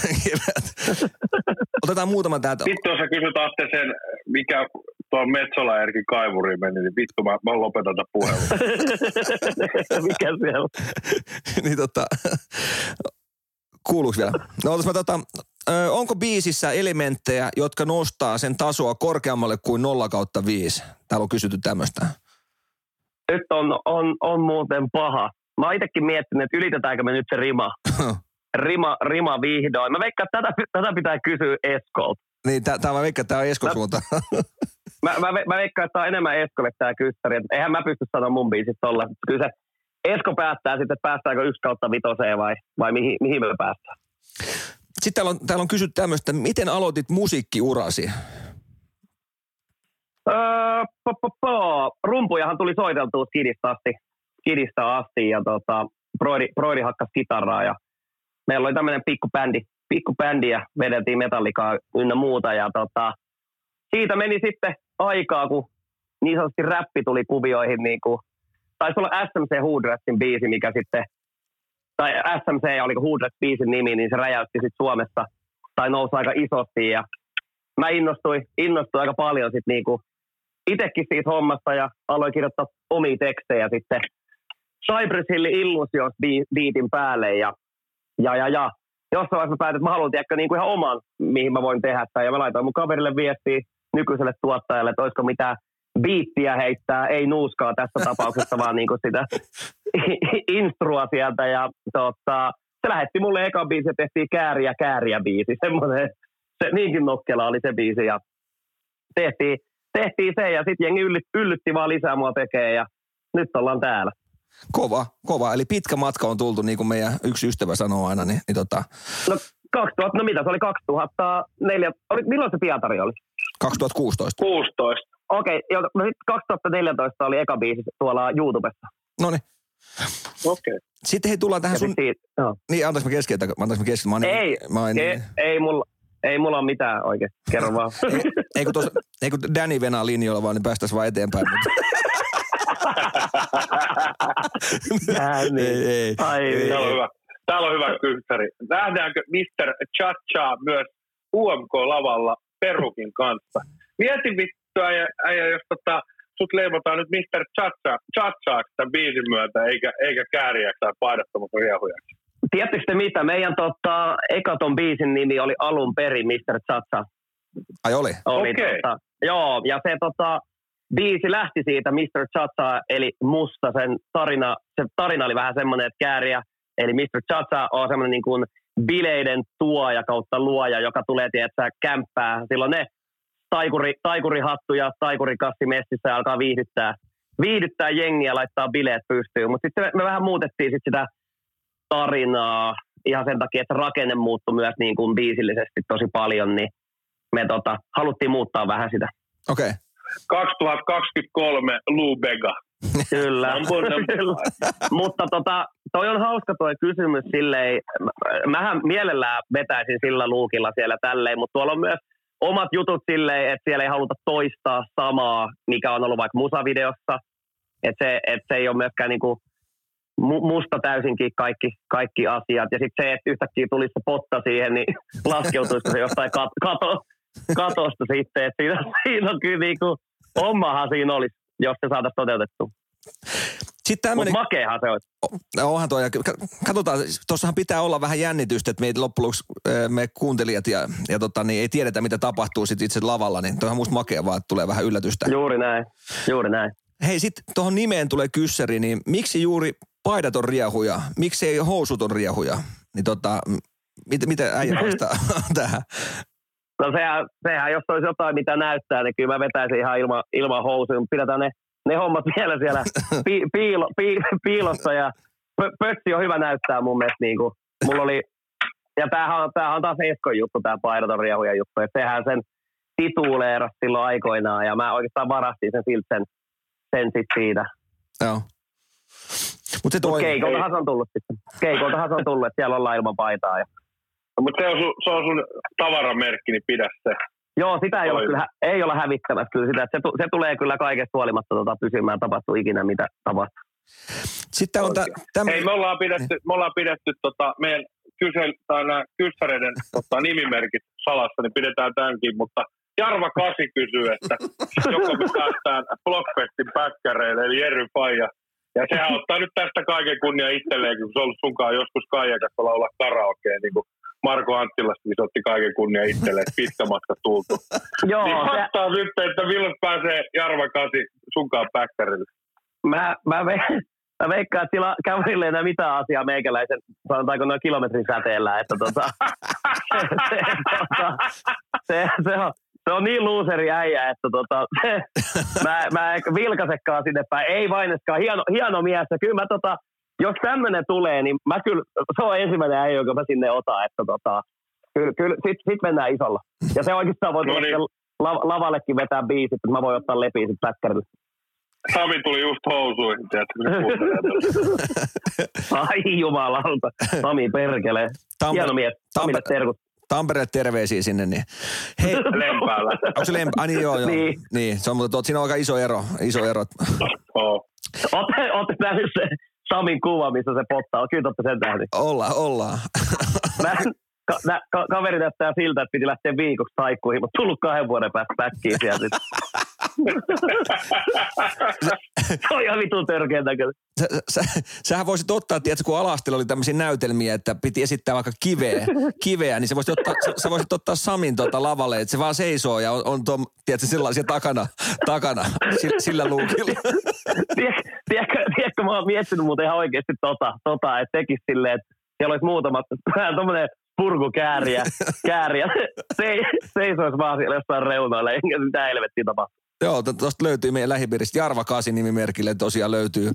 Otetaan muutama täältä. Vittu, jos sä kysyt Atte sen, mikä tuon Metsola Erkin kaivuriin meni, niin vittu mä lopetan tätä puhelua. Mikä siellä? Niin kuuluuko vielä? No onko biisissä elementtejä, jotka nostaa sen tasoa korkeammalle kuin 0/5? Täällä on kysytty tämmöistä. Nyt on muuten paha. Mä oon itsekin miettinyt, että ylitetäänkö me nyt se rima. Rima vihdoin. Mä veikkaan, että tätä pitää kysyä Eskolta. Niin, mä veikkaan, että tää on Eskon suunta. Mä veikkaan, että tää on enemmän Eskolle tää kyssäri. Eihän mä pysty sanoa mun biisistä tolla. Kyllä se Esko päättää sitten, että päästäänkö 1/5 vai mihin me päästään. Sitten täällä on kysytty tämmöistä, miten aloitit musiikkiurasi? Rumpujahan tuli soiteltua Skidista asti ja Broidi hakkas kitaraa ja meillä oli tämmöinen pikkubändi ja vedeltiin metallikaa ynnä muuta ja siitä meni sitten aikaa, kun niin sanotusti räppi tuli kuvioihin niin kuin, taisi olla SMC Hoodratsin biisi, mikä sitten, tai SMC oliko Hoodrats biisin nimi, niin se räjäytti sitten Suomessa tai nousi aika isosti ja mä innostuin aika paljon sitten niinku itsekin siitä hommasta ja aloin kirjoittaa omia tekstejä sitten Cypress Hillin Illusions beatin päälle ja jossain vaiheessa mä päätin, että mä haluan tiedäkö niin kuin ihan oman, mihin mä voin tehdä tämän ja mä laitoin mun kaverille viestiä nykyiselle tuottajalle, että olisiko mitään biittiä heittää, ei nuuskaa tässä tapauksessa, vaan niin kuin sitä instrua sieltä ja se lähetti mulle ekan biisi ja tehtiin kääriä biisi, semmoinen, se niinkin nokkela oli se biisi ja tehtiin se ja sitten jengi yllytti vaan lisää mua tekee ja nyt ollaan täällä. Kova. Eli pitkä matka on tultu, niin kuin meidän yksi ystävä sanoo aina. No mitä se oli 2004, milloin se Pietari oli? 2016. 16. Okei, no sitten 2014 oli eka biisi tuolla YouTubessa. Noniin. Okei. Sitten hei, tullaan tähän sun... Niin, antaanko mä keskeyttää? Ei mulla ole mitään oikein. Kerro vaan. Ei kun Danny venää linjoilla vaan, niin päästäisiin vaan eteenpäin. Ei. Täällä on hyvä kyssäri. Nähdäänkö Mr. Cha-Cha myös UMK-lavalla perukin kanssa? Mieti vittua, jos sut leivotaan nyt Mr. Cha-Chaaksi tämän biisin myötä, eikä kääriäksi tai paidattomassa riehujaksi. Tiedättekö mitä? Meidän ekaton biisin nimi oli alun perin Mr. Cha-Cha. Ai oli? Okei. Joo, ja se biisi lähti siitä Mr. Cha-Cha, eli musta se tarina oli vähän semmoinen, että kääriä, eli Mr. Cha-Cha on semmoinen niin kuin bileiden tuoja kautta luoja, joka tulee, tiedätkö, kämppää. Silloin ne taikurihattu ja taikurikassi messissä ja alkaa viihdyttää jengiä ja laittaa bileet pystyyn. Mutta sitten me vähän muutettiin sitä tarinaa ihan sen takia, että rakenne muuttui myös niin kuin biisillisesti tosi paljon, niin me haluttiin muuttaa vähän sitä. Okei. 2023 Lou Bega. Kyllä. Mutta toi on hauska toi kysymys silleen, mähän mielellään vetäisin sillä luukilla siellä tälleen, mutta tuolla on myös omat jutut silleen, että siellä ei haluta toistaa samaa, mikä on ollut vaikka musavideossa. Että se ei ole myöskään niinku musta täysinkin kaikki asiat. Ja sitten se, että yhtäkkiä tulisi se potta siihen, niin laskeutuisiko se jostain katosta sitten. Että siinä on kyllä niinku, omahan siinä olisi, jos se saataisiin toteutettua. Sitten tämmöinen... Mutta makeahan se on. Onhan toi. Katsotaan, tuossahan pitää olla vähän jännitystä, että meitä loppujen lopuksi me kuuntelijat ja niin ei tiedetä, mitä tapahtuu sit itse lavalla, niin toihan musta makea vaan, että tulee vähän yllätystä. Juuri näin. Hei, sitten tuohon nimeen tulee kyssäri, niin miksi juuri paidat on riehuja? Miksi ei housut on riehuja? Niin miten äijä vastaa tähän? No sehän, jos olisi jotain, mitä näyttää, niin kyllä mä vetäisin ihan ilman housuja. Pidetään ne hommat vielä siellä piilossa ja pötsi on hyvä näyttää mun mielestä. Niin kuin, mulla oli, ja tämähän on taas Eskon juttu, tämä paidaton riehuja juttu. Että sehän sen tituleerasi silloin aikoinaan ja mä oikeastaan varastin sen siitä. Joo. Mutta Keikoltahan se on tullut sitten. Että siellä ollaan ilman paitaa. Mutta se on sun tavaramerkki, niin pidä se. Joo, sitä ei olla hävittämässä kyllä sitä. Se tulee kyllä kaikesta huolimatta pysymään, tapahtuu ikinä mitä tapahtuu. Sitten on Hei, me ollaan pidetty meidän kyssäreiden nimimerkit salassa, niin pidetään tämänkin, mutta Jarva Kasi kysyy, että joko me päästään Blockfestin päkkäreille, eli Jerry Faija. Ja sehän ottaa nyt tästä kaiken kunnia itselleen, kun se on ollut sunkaan joskus Kaijakassa laulaa karaokea, niin kuin Marko Anttilastakin se otti kaiken kunnia itselleen, pitkä matka tultu. Joo, niin vastaa nyt, että milloin pääsee Jarva Kasi sunkaan päkkärille. Mä veikkaan, että sillä käydä enää mitään asiaa meikäläisen, sanotaanko noin kilometrin säteellä, että se on niin looseri äijä, että mä en vilkaisekaan sinne päin. Ei vaineskaan, hieno mies. Ja kyllä jos tämmönen tulee, niin mä kyllä, se on ensimmäinen äijä, joka mä sinne otan, että kyllä sit mennään isolla. Ja se oikeastaan voi lavallekin vetää biisit, että mä voin ottaa lepiä sit päkkärille. Sami tuli just housuihin, Ai jumalauta, Sami perkele. Hieno mies, Samille terkut. Tampereelle terveisiä sinne, niin hei. Lempäällä. Onko se lempää? Ai niin, joo. Niin, se on, mutta siinä on aika iso ero. Ootte nähnyt se Samin kuva, missä se pottaa. Kyllä olette sen tähden. Ollaan. Kaveri näyttää siltä, että piti lähteä viikoksi taikkuihin, mutta tullut 2 vuoden päästä päkkiin sieltä. Se on ihan vitun törkeän näköinen. Sähän voisit ottaa, tiedätkö, kun Alastilla oli tämmöisiä näytelmiä, että piti esittää vaikka kiveä, niin sä voisit ottaa Samin lavalle, että se vaan seisoo ja on tiedätkö, sellaisia takana sillä luukilla. Tiedätkö, mä oon miettinyt muuten ihan oikeasti että tekisi silleen, että siellä olisi muutama, tommonen purkukääriä, seisoisi vaan siellä jossain reunoilla, enkä sitä helvettiä tapahtuu. Joo, tuosta löytyy meidän lähipiiristä. Jarva Kasi nimimerkille tosiaan löytyy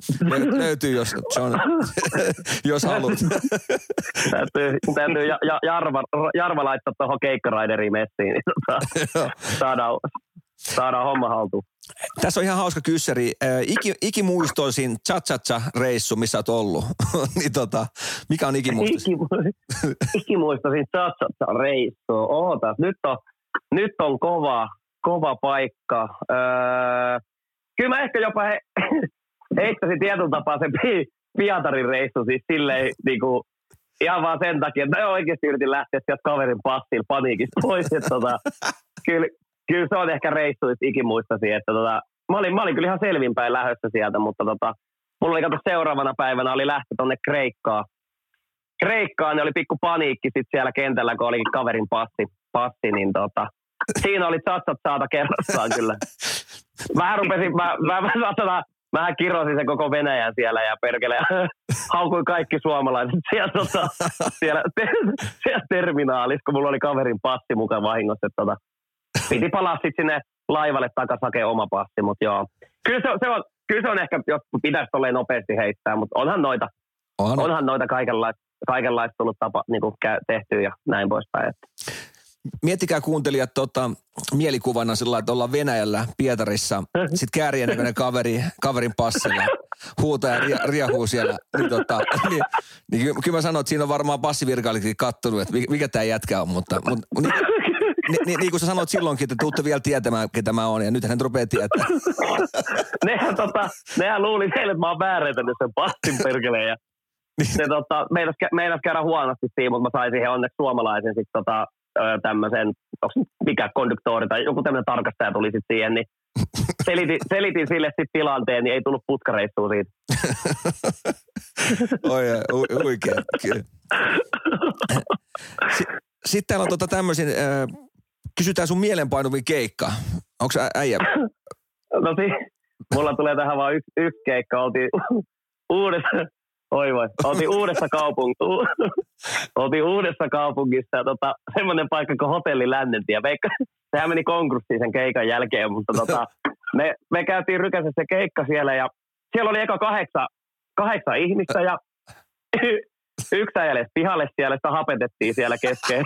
jos haluat. Täytyy Jarva laittaa tuohon Keikkaraideriin messiin, niin saadaan homma haltuun. Tässä on ihan hauska kyssäri. Ikimuistoisin cha-cha-cha-reissu, missä olet ollut. Niin mikä on ikimuistoisin? Ikimuistoisin cha-cha-cha-reissu. Ootas, nyt on kova paikka. Kyllä mä ehkä jopa heittäisin tietyllä tapaa sen Pietarin reissu siis silleen niinku ihan vaan sen takia, että mä oikeasti yritin lähteä sieltä kaverin passilla paniikista pois. Kyllä se on ehkä reissuista ikimuistasi, että mä olin kyllä ihan selvinpäin lähdössä sieltä, mutta mulla oli seuraavana päivänä oli lähtö tonne Kreikkaan, niin oli pikku paniikki sit siellä kentällä, kun olikin kaverin passi niin siinä oli tsatsat saata kerrassaan kyllä. Vähän kirosin sen koko Venäjän siellä ja perkele haukuin kaikki suomalaiset siellä terminaalissa, kun mulla oli kaverin passi mukaan vahingossa, että piti palaa sitten sinne laivalle takaisin hakea oma passi, mutta joo. Kyllä se on ehkä, jos pitäisi tolleen nopeasti heittää, mutta onhan noita kaikenlaista tullut tapa niin kuin tehtyä ja näin poispäin. Miettikää kuuntelijat mielikuvana sillä, että ollaan Venäjällä Pietarissa, sitten kääriän näköinen kaverin passilla, huutaa ja riehuu siellä. Niin kyllä mä sanon, että siinä on varmaan passivirkailikin kattonut, että mikä tämä jätkä on, mutta niin kuin sä sanoit silloinkin, että tuutte vielä tietämään, ketä mä oon, ja nyt hän rupeaa tietää. Nehän luuli teille, että mä oon väärentänyt sen passin perkeleen, ja meinas käydä huonosti siinä, mutta mä sain siihen onneksi suomalaisen tämmöisen, mikä konduktori tai joku tämmöinen tarkastaja tuli sitten siihen, niin selitin sille sitten tilanteen, niin ei tullut putkareissua siitä. Oi, huikea. Sitten täällä on tämmöisiä, kysytään sun mielenpainuviin keikka. Onko äijä? No mulla tulee tähän vaan yksi keikka. Oltiin uudessa kaupungissa ja semmoinen paikka kuin Hotelli Lännentie. Sehän meni konkurssiin sen keikan jälkeen, mutta me käytiin rykäisessä keikka siellä ja siellä oli eka kahdeksan ihmistä ja yksi äijäles pihalle siellä, sitä hapetettiin siellä kesken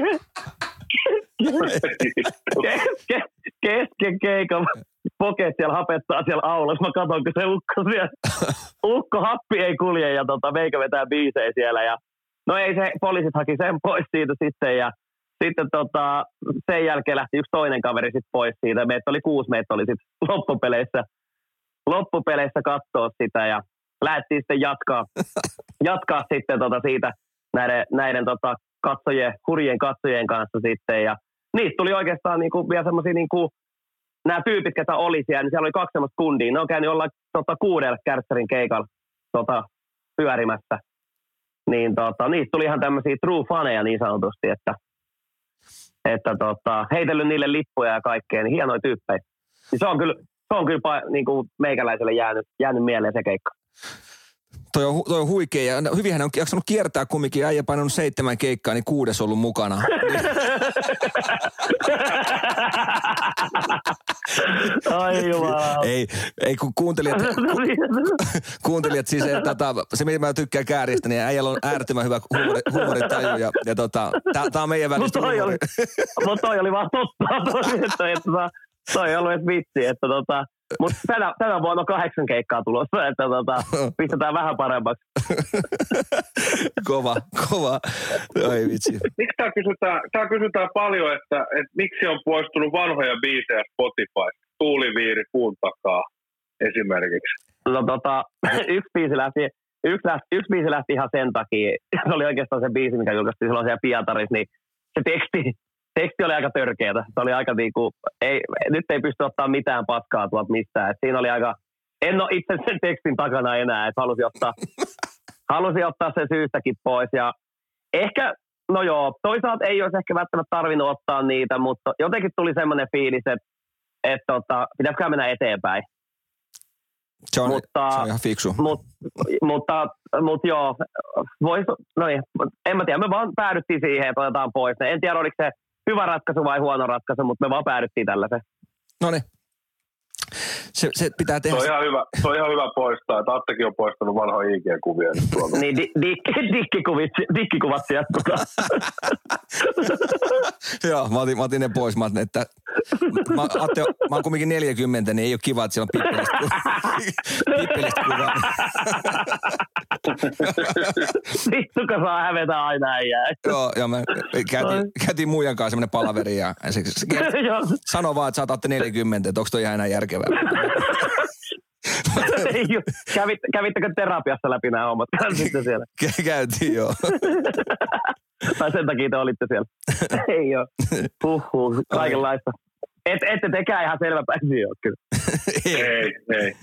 keikan. Poket siellä hapettaa siellä aulassa. Mä katson, kun se ukko happi ei kulje ja meikä vetää biisejä siellä. Ja, no ei se, poliisit haki sen pois siitä sitten ja sitten sen jälkeen lähti yksi toinen kaveri sitten pois siitä. Meitä oli 6, meitä oli sitten loppupeleissä katsoa sitä ja lähdettiin sitten jatkaa sitten siitä näiden hurjien katsojien kanssa sitten ja niistä tuli oikeastaan niinku vielä semmosia niinku nämä tyypit, ketä oli siellä, niin siellä oli 2 semmoista kundia. Ne on käynyt olla 6 Kärtsärin keikalla pyörimässä. Niin niistä tuli ihan tämmöisiä true faneja niin sanotusti, että heitellyt niille lippuja ja kaikkea, niin hienoja tyyppejä. Niin se on kyllä niin kuin meikäläiselle jäänyt mieleen se keikka. Toi on huikea. Ja hyvinhän on jaksanut kiertää kumminkin. Äijä painanut 7 keikkaa, niin 6 ollut mukana. Ai jumala. Ei kun kuuntelijat siis, se mitä mä tykkään Kääristä, niin äijällä on äärettömän hyvä huumoritaju ja tää on meidän välistä huumori. Mutta toi oli vaan totta, että toi ei ollut edes vitsi, että mutta tänä vuonna on 8 keikkaa tulossa, että pistetään vähän paremmaksi. Kova. Ei vitsi. Miksi tää kysytään paljon, että miksi on poistunut vanhoja biisejä Spotify? Tuuliviiri puun takaa esimerkiksi. No yksi biisi lähti ihan sen takia. Se oli oikeastaan se biisi, mikä julkaistiin silloin siellä Pietarissa, niin se teksti oli aika törkeätä. Se oli aika nyt ei pysty ottaa mitään paskaa tuolta mistään. Et siinä oli en ole itse sen tekstin takana enää, että halusin ottaa sen syystäkin pois. Ja ehkä, no joo, toisaalta ei olisi ehkä välttämättä tarvinnut ottaa niitä, mutta jotenkin tuli semmoinen fiilis, että pitäisikö mennä eteenpäin. Se on ihan fiksu. Mutta joo, en mä tiedä, me vaan päädyttiin siihen, että otetaan pois. En tiedä, oliko se hyvä ratkaisu vai huono ratkaisu, mutta me vaan päädyttiin tällaiseen. Noniin. Se pitää tehdä. Se on ihan hyvä poistaa. Attekin on poistanut vanhoja IG-kuvia. Niin, dikkikuvat sieltä. Joo, mä otin ne pois. Mä oon kumminkin 40, niin ei ole kiva, että siellä on pippelistä kuvaa. Vittuka saa hävetä aina äijää. Joo, me käytiin muijan kanssa semmoinen palaveri ja sano vaan, että sä oot Atte 40, että onko toi ihan enää järkevää. Kävittekö terapiassa läpi nämä hommat? Siellä? Käytiin, joo. Tai sen takia te olitte siellä. Ei oo. Kaikenlaista. Ette tekään ihan selväpäisiä ole kyllä. Ei.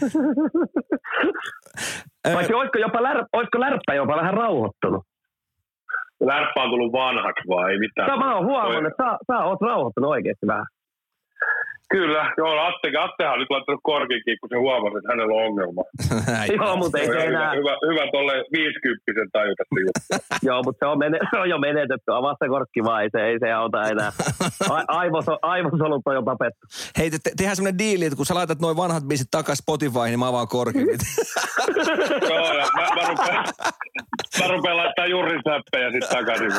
Vaikka olisiko lärppä jopa vähän rauhoittunut? Lärppä on tullut vanhaksi vaan, ei mitään. Mä oon huomannut, että sä oot rauhoittunut oikeasti vähän. Kyllä, joo, Attehan on nyt laittanut korkinkin, kun se huomasi, että hänellä on ongelma. Joo, mutta ei se enää. Hyvä tolle 50-sen tajuta se juttu. Joo, mutta se on jo menetetty. Avaa se korkki vaan, ei se auta enää. Aivosolut on jo tapettu. Hei, tehdään semmoinen diili, että kun sä laitat noin vanhat biisit takaisin Spotifyhin, niin mä avaan korkin. Joo, ja mä rupean laittaa Jurin säppejä sit takaisin.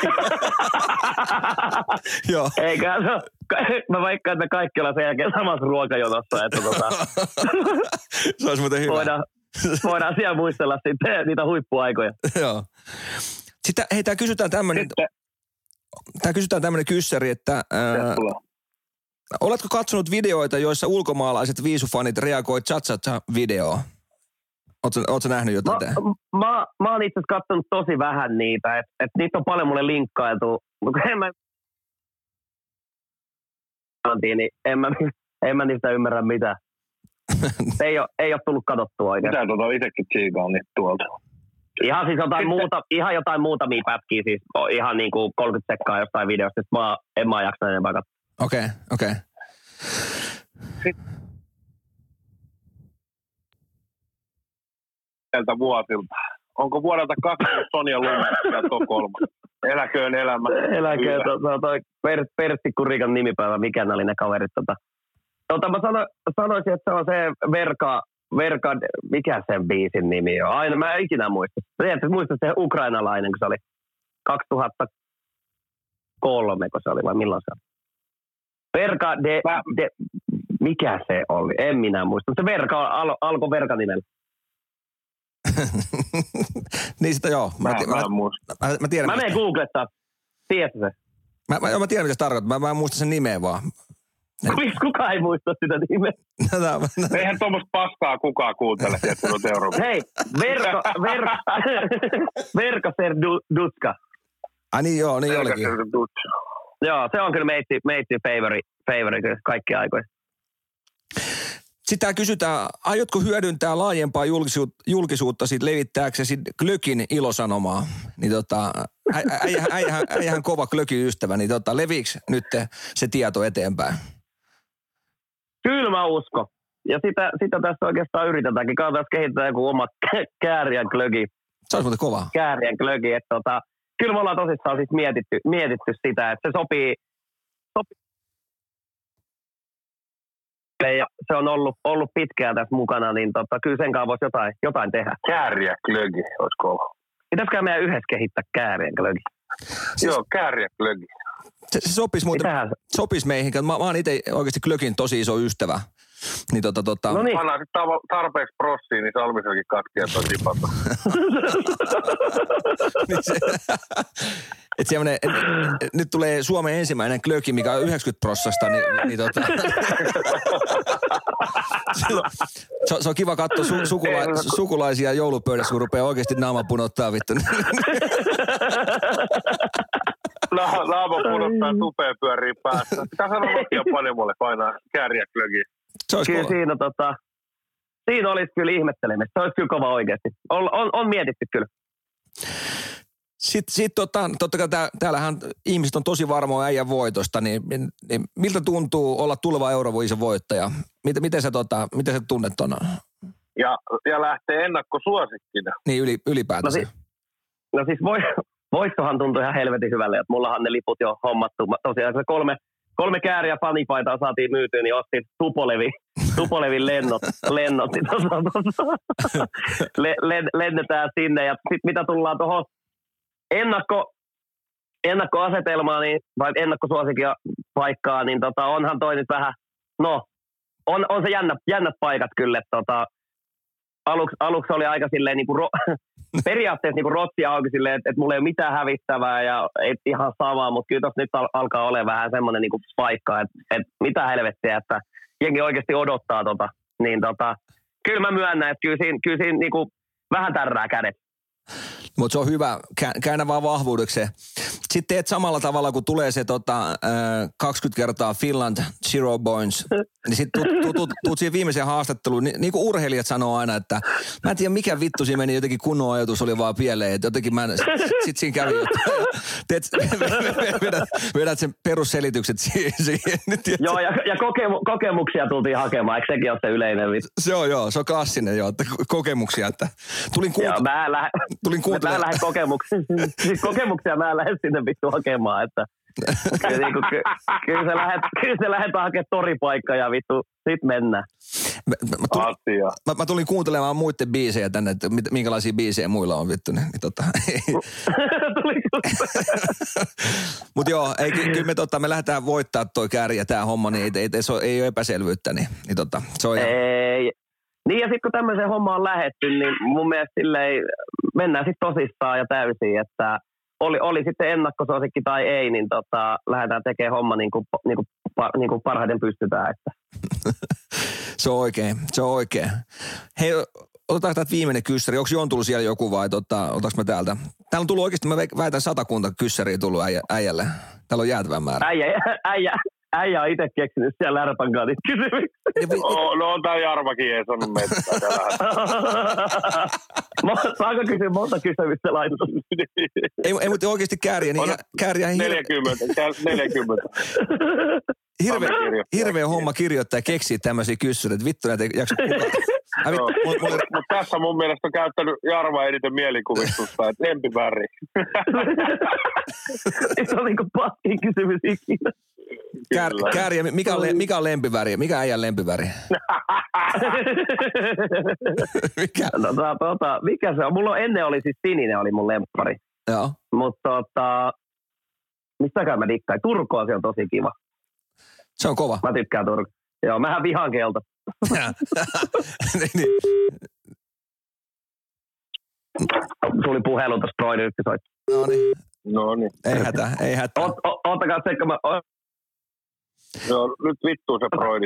Joo. Eikä mä vaikka, että me kaikki ollaan sen jälkeen samassa ruokajonossa, että se olisi muuten hyvä. Voidaan siellä muistella sitten niitä huippuaikoja. Joo. Sitten, hei, tää kysytään tämmönen kyssäri, että oletko katsonut videoita, joissa ulkomaalaiset viisufanit reagoi cha-cha-cha-videoon? Ootko nähnyt jotain? Mä oon itse asiassa katsonut tosi vähän niitä, että niitä on paljon mulle linkkailtu. Niin En mä niistä ymmärrä mitään. ei ole tullut katsottua oikein. Mitä itsekin tsiikaan niin tuolta? Ihan siis jotain muutamia pätkiä, siis ihan niin kuin 30 sekkaa jostain videosta, en mä jaksa enempää katsoa. Okei. Sieltä vuosilta. Onko vuodelta 20 Sonja Lundberg ja Tukholma? Eläköön elämä. Eläköön, toi Pertti Kurikan nimipäivä, mikä ne oli ne kaverit. Mä sanoisin, että se on se Verka, mikä sen biisin nimi on? Aina, mä en ikinä muista. Muistat se ukrainalainen, kun se oli 2003, kun se oli, vai milloin se oli? Verka mikä se oli? En minä muista. Se Verka alkoi Verka-nimellä. Niin sitä joo. Mä tiedän. Mä menen googlettaa. Tiedätkö se? Mä tiedän, mitä se tarkoittaa. Mä en muista sen nimeä vaan. Miksi kukaan ei muista sitä nimeä? Eihän tuommoista paskaa kukaan kuuntele. Hei, Verka Serduska. Ai niin joo, niin olikin. Joo, se on kyllä meitsi favorite kaikki aikoina. Sitten kysytään, aiotko hyödyntää laajempaa julkisuutta sit levittääksesi Glögin ilosanomaa? Niin äijähän kova Glögin ystävä, niin leviiks nyt se tieto eteenpäin? Kyllä mä uskon. Ja sitä tässä oikeastaan yritetäänkin. Katsotaan kehittää joku oma Kääriän Glögi. Se olisi muuten kova. Kääriän Glögi. Kyllä me ollaan tosissaan siis mietitty sitä, että se sopii. Ja se on ollut pitkään tässä mukana, niin kyllä sen kanssa voisi jotain tehdä. Kääriä Glögi olisi kova. Pitäisikö meidän yhdessä kehittää Kääriän Glögi? Joo, Kääriä Glögi. Se sopisi meihin, mä oon itse oikeasti Glögin tosi iso ystävä. Niin No niin. Pannaan sitten tarpeeksi prossiin, niin Salmiselkin katkia toi tipata. Että semmoinen, nyt tulee Suomen ensimmäinen Glögi, mikä on 90%, niin se on kiva katsoa sukulaisia joulupöydässä, kun rupeaa oikeasti naama punottaa vittu. Naama punottaa tupeen pyörii päässä. Pitää sanoa Nokian panimolle painaa Kääriä Glögiä. Kyllä siinä olisi kyllä ihmettelemistä. Se olisi kyllä kova oikeasti. On mietitty kyllä. Sitten totta kai täällähän ihmiset on tosi varmoja äijän voitosta, niin miltä tuntuu olla tuleva Euroviisun voittaja? Miten sä tunnet ton? Ja lähtee ennakkosuosikkina. Niin ylipäätänsä. No siis voittohan tuntuu ihan helvetin hyvälle, että mullahan ne liput jo hommattu. Tosiaan se kolme Kääriä fanipaitaa saatiin myytyä, niin ostin Tupolevin lennot lennetään sinne. Ja sitten mitä tullaan tuohon ennakkoasetelmaan vai ennakkosuosikia paikkaa, niin onhan toi nyt vähän, on se jännät paikat kyllä. Aluksi oli aika silleen niinku periaatteessa niinku rotsi auki silleen, että mulla ei ole mitään hävittävää ja ihan samaa, mutta kyllä tossa nyt alkaa olla vähän semmoinen niinku paikka, että mitä helvettiä, että jengi oikeasti odottaa niin kyllä mä myönnän, että kyllä siinä niinku vähän tärrää kädet. Mutta se on hyvä, käännä vaan vahvuudeksi. Sitten teet samalla tavalla, kun tulee se 20 kertaa Finland Zero Points, niin sitten tuut siihen viimeiseen haastatteluun. Niin kuin urheilijat sanoo aina, että mä en tiedä mikä vittu siinä meni, jotenkin kunnon ajatus oli vaan pieleen, että jotenkin sitten siinä kävi vedät sen perusselitykset siihen. Joo, ja kokemuksia tultiin hakemaan, eikö sekin ole se yleinen vittu? Se on joo, se on klassinen joo, että kokemuksia, että tulin kuuntelemaan. Mä lähden kokemuksia mä lähden sinne vittu hakemaan, että kyllä se lähdetään hakemaan toripaikka ja vittu, sit mennään. Mä tulin kuuntelemaan muiden biisejä tänne, että minkälaisia biisejä muilla on vittu. Mutta joo, kyllä me lähdetään voittaa toi Kääriä tää homma, niin ei ole epäselvyyttä, niin se on ei. Niin ja sitten kun tämmöiseen hommaan on lähetty, niin mun mielestä silleen mennään sitten tosissaan ja täysin, että oli sitten ennakkosuosikki tai ei, niin lähdetään tekemään homma niin kuin parhaiten pystytään. Että. Se on oikein. Hei, otetaanko täältä viimeinen kyssäri? Onko Jon tullut siellä joku vai otetaanko mä täältä? Täällä on tullut oikeasti, mä väitän 100 kyssäriä tullut äijälle. Täällä on jäätävän määrä. Äijä äijä on itse keksinyt siellä Lärpankaan niitä kysymyksiä. No on tää Jarvakin ei sanonut metsää tällä. Saanko kysyä monta kysymystä laittaa? Ei mutta oikeasti Kääriä. Niin 40. Hirveä homma kirjoittaa ja keksiä tämmöisiä kysymyksiä. Vittu näitä ei jaksa kukaan. Mutta tässä mun mielestä on käyttänyt Jarva eniten mielikuvistusta, että lempiväri. Se on niinku paskin kysymys ikinä. Kääriä, mikä on lempiväri? Mikä äijän lempiväri? Mikä? Mikä se on? Mulla ennen oli siis sininen oli mun lemppari. Joo. Mutta mistäkään mä dikkaan. Turkoa se on tosi kiva. Se on kova. Mä tykkään Turkoa. Joo, mähän vihaan kelta. niin. Tuli puhelu tuossa Broidin ykkösoitto. No niin. Ei hätää. Ottakaa se, kun mä... Joo, nyt vittuu se Broidi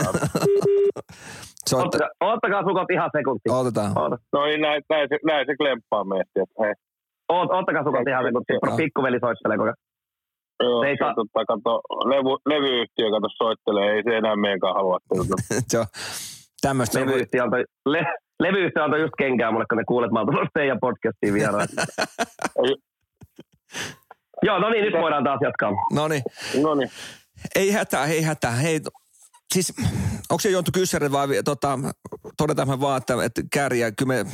sieltä. Ottakaa sukot ihan sekunti. Otetaan. No niin, näin se klemppaa meitä. Ottakaa sukot ihan sekunti. Pikkuveli soittelee koko ajan. Joo, kato, levyyhtiö soittelee, ei se enää meidänkään halua. Se on tämmöistä. Levyyhtiö antoi just kenkää mulle, kun ne kuulet, mä oon tullut teidän podcastiin vieraan. Joo, no niin, nyt voidaan taas jatkaa. No niin. Ei hätää. Hei, siis onko se Jonttu Kyssäri vai todetaan vaan, että Kääriä, kyllä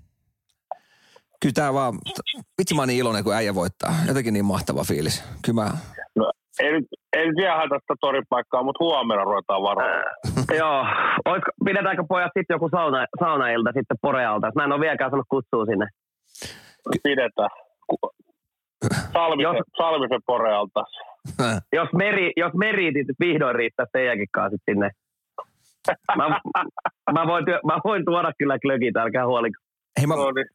tää vaan, vitsi mä oon niin iloinen, kun äijä voittaa. Jotenkin niin mahtava fiilis. Kyllä mä... No, ei nyt jää tästä toripaikkaa, mutta huomenna ruvetaan varomaan. Joo, pidetäänkö pojat sitten joku saunailta sitten Porealta? Mä en ole vieläkään saanut kutsua sinne. Pidetään. Salmisen Porealta. Jos meriitit vihdoin riittää teidänkin kanssa sinne. Mä voin tuoda kyllä glögit, älkää huoliko. Hei,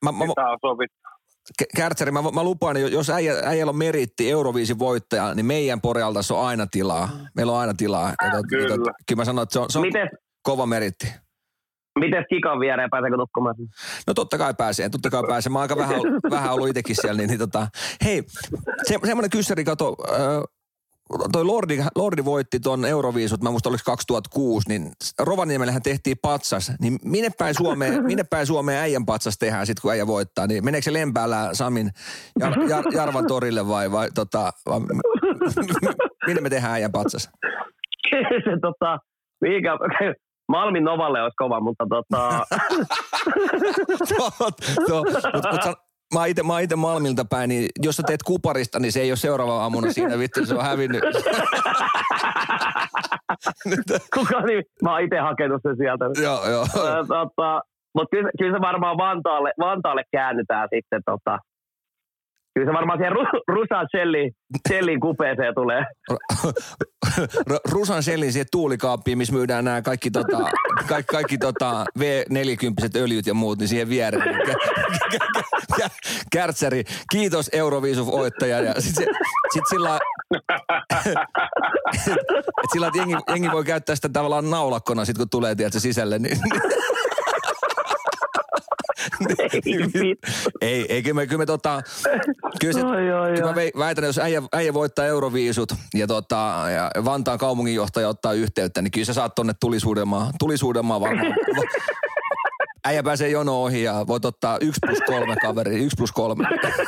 Kärtsäri, mä lupaan, jos äijällä on meriitti Euroviisin voittaja, niin meidän Porealtassa on aina tilaa. Meillä on aina tilaa. Kyllä mä sanon, että se on kova meriitti. Mites Kikan viereen, pääseekö nukkumaan? No totta kai pääsee. Mä oon aika vähän ollut itsekin siellä. Hei, semmoinen kyssäri, kato, toi Lordi voitti ton Euroviisut, mä muista oliko 2006, niin Rovaniemellähän tehtiin patsas, niin minne päin Suomeen äijän patsas tehdään sit, kun äijä voittaa, niin meneekö se Lempäälä Samin Jarvan torille vai minne me tehdään äijän patsas? Malmin Novalle olisi kova, mutta Mä oon itse Malmilta päin, niin jos sä teet Kuparista, niin se ei ole seuraava aamuna siinä, vittu, se on hävinnyt. Kuka niin? Mä oon itse hakenut sen sieltä. Joo. Mutta kyllä se varmaan Vantaalle käännytään sitten. Kyllä se varmaan siihen Rusan Shellin kupeeseen tulee. Rusan Shellin siihen tuulikaappiin, missä myydään nämä kaikki V40 öljyt ja muut, niin siihen viereen. Kärtsäri, kiitos Euroviisu-voittaja. Ja sit sillä että jengi voi käyttää sitä tavallaan naulakkona, sit kun tulee tiedätkö, sisälle. Niin. Kyllä mä väitän, jos äijä voittaa Euroviisut ja Vantaan kaupunginjohtaja ottaa yhteyttä, niin kyllä sä saat tonne tulisuudenmaan varmaan. Äijä pääsee jono ohi ja voit ottaa 1+3 kaveri, 1+3.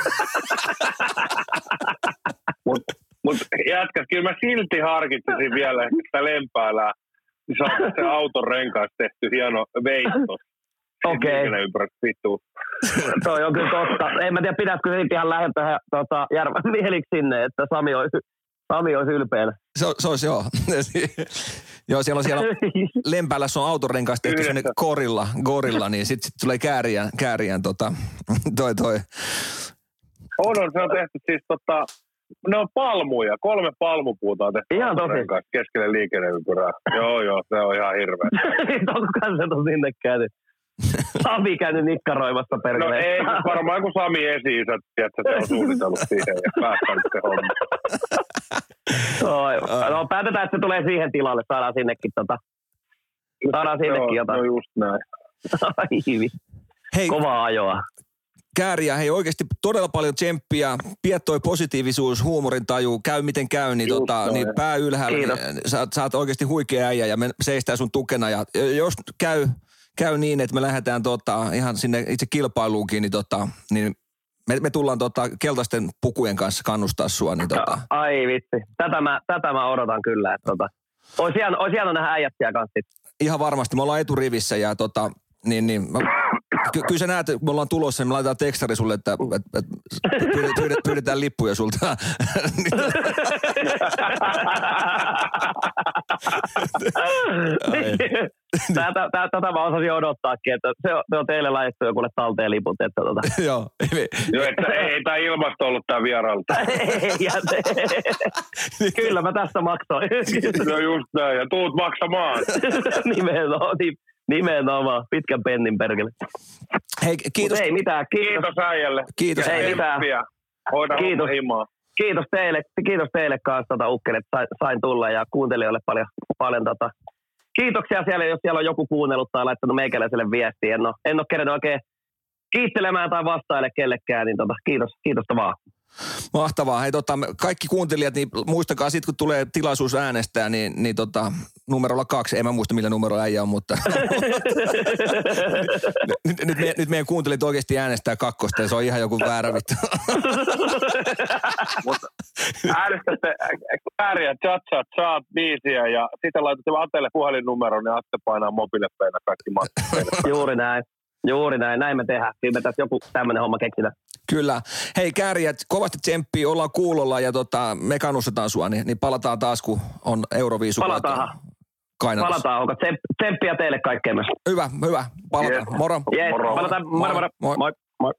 Mut jätkäs, kyllä mä silti harkitsisin vielä, että sitä Lempäälää, niin saat se auton renkaasta tehty hieno veittos. Okei. Toi on kyllä totta. En mä tiedä, pitäisikö siitä ihan lähettää Järvän mieliksi sinne, että Sami olisi ylpeänä. Se olisi joo. Joo, siellä Lempäällä on autorenkaasta tehty sinne gorilla, niin sitten tulee kääriän toi. On, se on tehty siis ne on palmuja, 3 palmupuuta on tehty. Ihan tosi. Keskelle liikenneympyrää. Joo, se on ihan hirveä. Onkohan se on sinne käynyt? Sami käynyt nikkaroimassa perkele. No ei, varmaan kun Sami esi-isä, että se on suunnitellut siihen ja päättänyt se homma. No päätetään, että se tulee siihen tilalle. Saadaan sinnekin jotain. No just näin. Hei. Kovaa ajoa. Kääriä, hei oikeasti todella paljon tsemppiä, pidä toi positiivisuus, huumorintaju, käy miten käy, niin, niin pää ylhäällä, niin sä oot oikeasti huikea äijä ja me seistään sun tukena ja jos käy niin, että me lähdetään ihan sinne itse kilpailuunkin, niin me tullaan keltaisten pukujen kanssa kannustaa sua. Niin Ai vitsi, tätä mä odotan kyllä, että olisi hieno nähdä äijät siellä kanssa. Ihan varmasti, me ollaan eturivissä ja kyllä sä näet, me ollaan tulossa, niin me laitetaan tekstari sulle, että pyydetään lippuja sulta. Tätä mä osasin odottaakin, että se on teille laitettu jokulle talteen liput. Että Joo. Ei tämä ilmasto ollut tää vierailta. Kyllä mä tässä maksoin. No just näin, ja tuut maksamaan. Nimenomaan, pitkän pennin perkele. Hei, kiitos. Ei mitään, kiitos äijälle. Kiitos. Ei mitään. Kiitos teille kanssa, Ukkeli, että sain tulla ja kuuntelijoille paljon kiitoksia siellä, jos siellä on joku kuunnellut tai laittanut meikäläiselle viestiä. En ole kerennyt oikein kiittelemään tai vastaile kellekään, niin kiitos vaan. Mahtavaa. Hei, kaikki kuuntelijat, niin muistakaa sitten, kun tulee tilaisuus äänestää, niin numerolla 2, en mä muista millä numero äijä on, mutta nyt meidän kuuntelijat oikeasti äänestää 2, ja se on ihan joku väärä vittu. Äänestätte Kääriä, chat biisiä ja sitten laitatte Atelle puhelinnumeron ja Atte painaa mobiilepeinä kaikki matkat. Juuri näin, näin me tehdään. Kyllä me tässä joku tämmöinen homma keksitään. Kyllä. Hei Kääriä, kovasti tsemppiä, ollaan kuulolla ja me kannustetaan sua, niin palataan taas, kun on Euroviisu. Palataan, onko tsemppiä teille kaikkeen myös. Hyvä, palataan. Yes. Moro. Yes. Palataan, moi.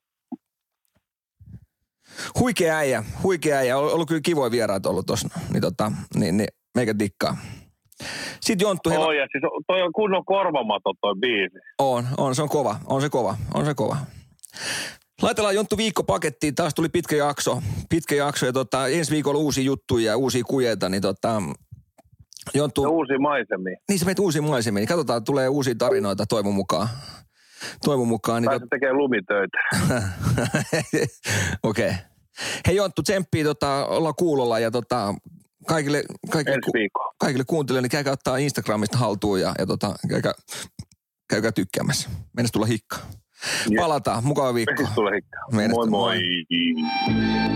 Huikea äijä, ollut kyllä kivoja vieraita ollut tossa, niin meikä dikkaa. Sitten Jonttu. Ja siis toi on kunnon korvamaton toi biisi. On, se on kova. Laitellaan Jonttu viikkopakettiin, taas tuli pitkä jakso ja ensi viikolla uusia juttuja ja uusia kujeita, niin Jonttu. Ja uusia maisemia. Niin sä menet uusiin maisemiin, niin katsotaan, tulee uusia tarinoita toivon mukaan. Niin pääset tekemään lumitöitä. Okei. Hei Jonttu, tsemppii, ollaan kuulolla ja kaikille kuuntelijoille, niin käykää ottaa Instagramista haltuun ja käykää tykkäämässä. Mennäs tulla hikkaa. Palataan. Mukava viikko. Moi moi.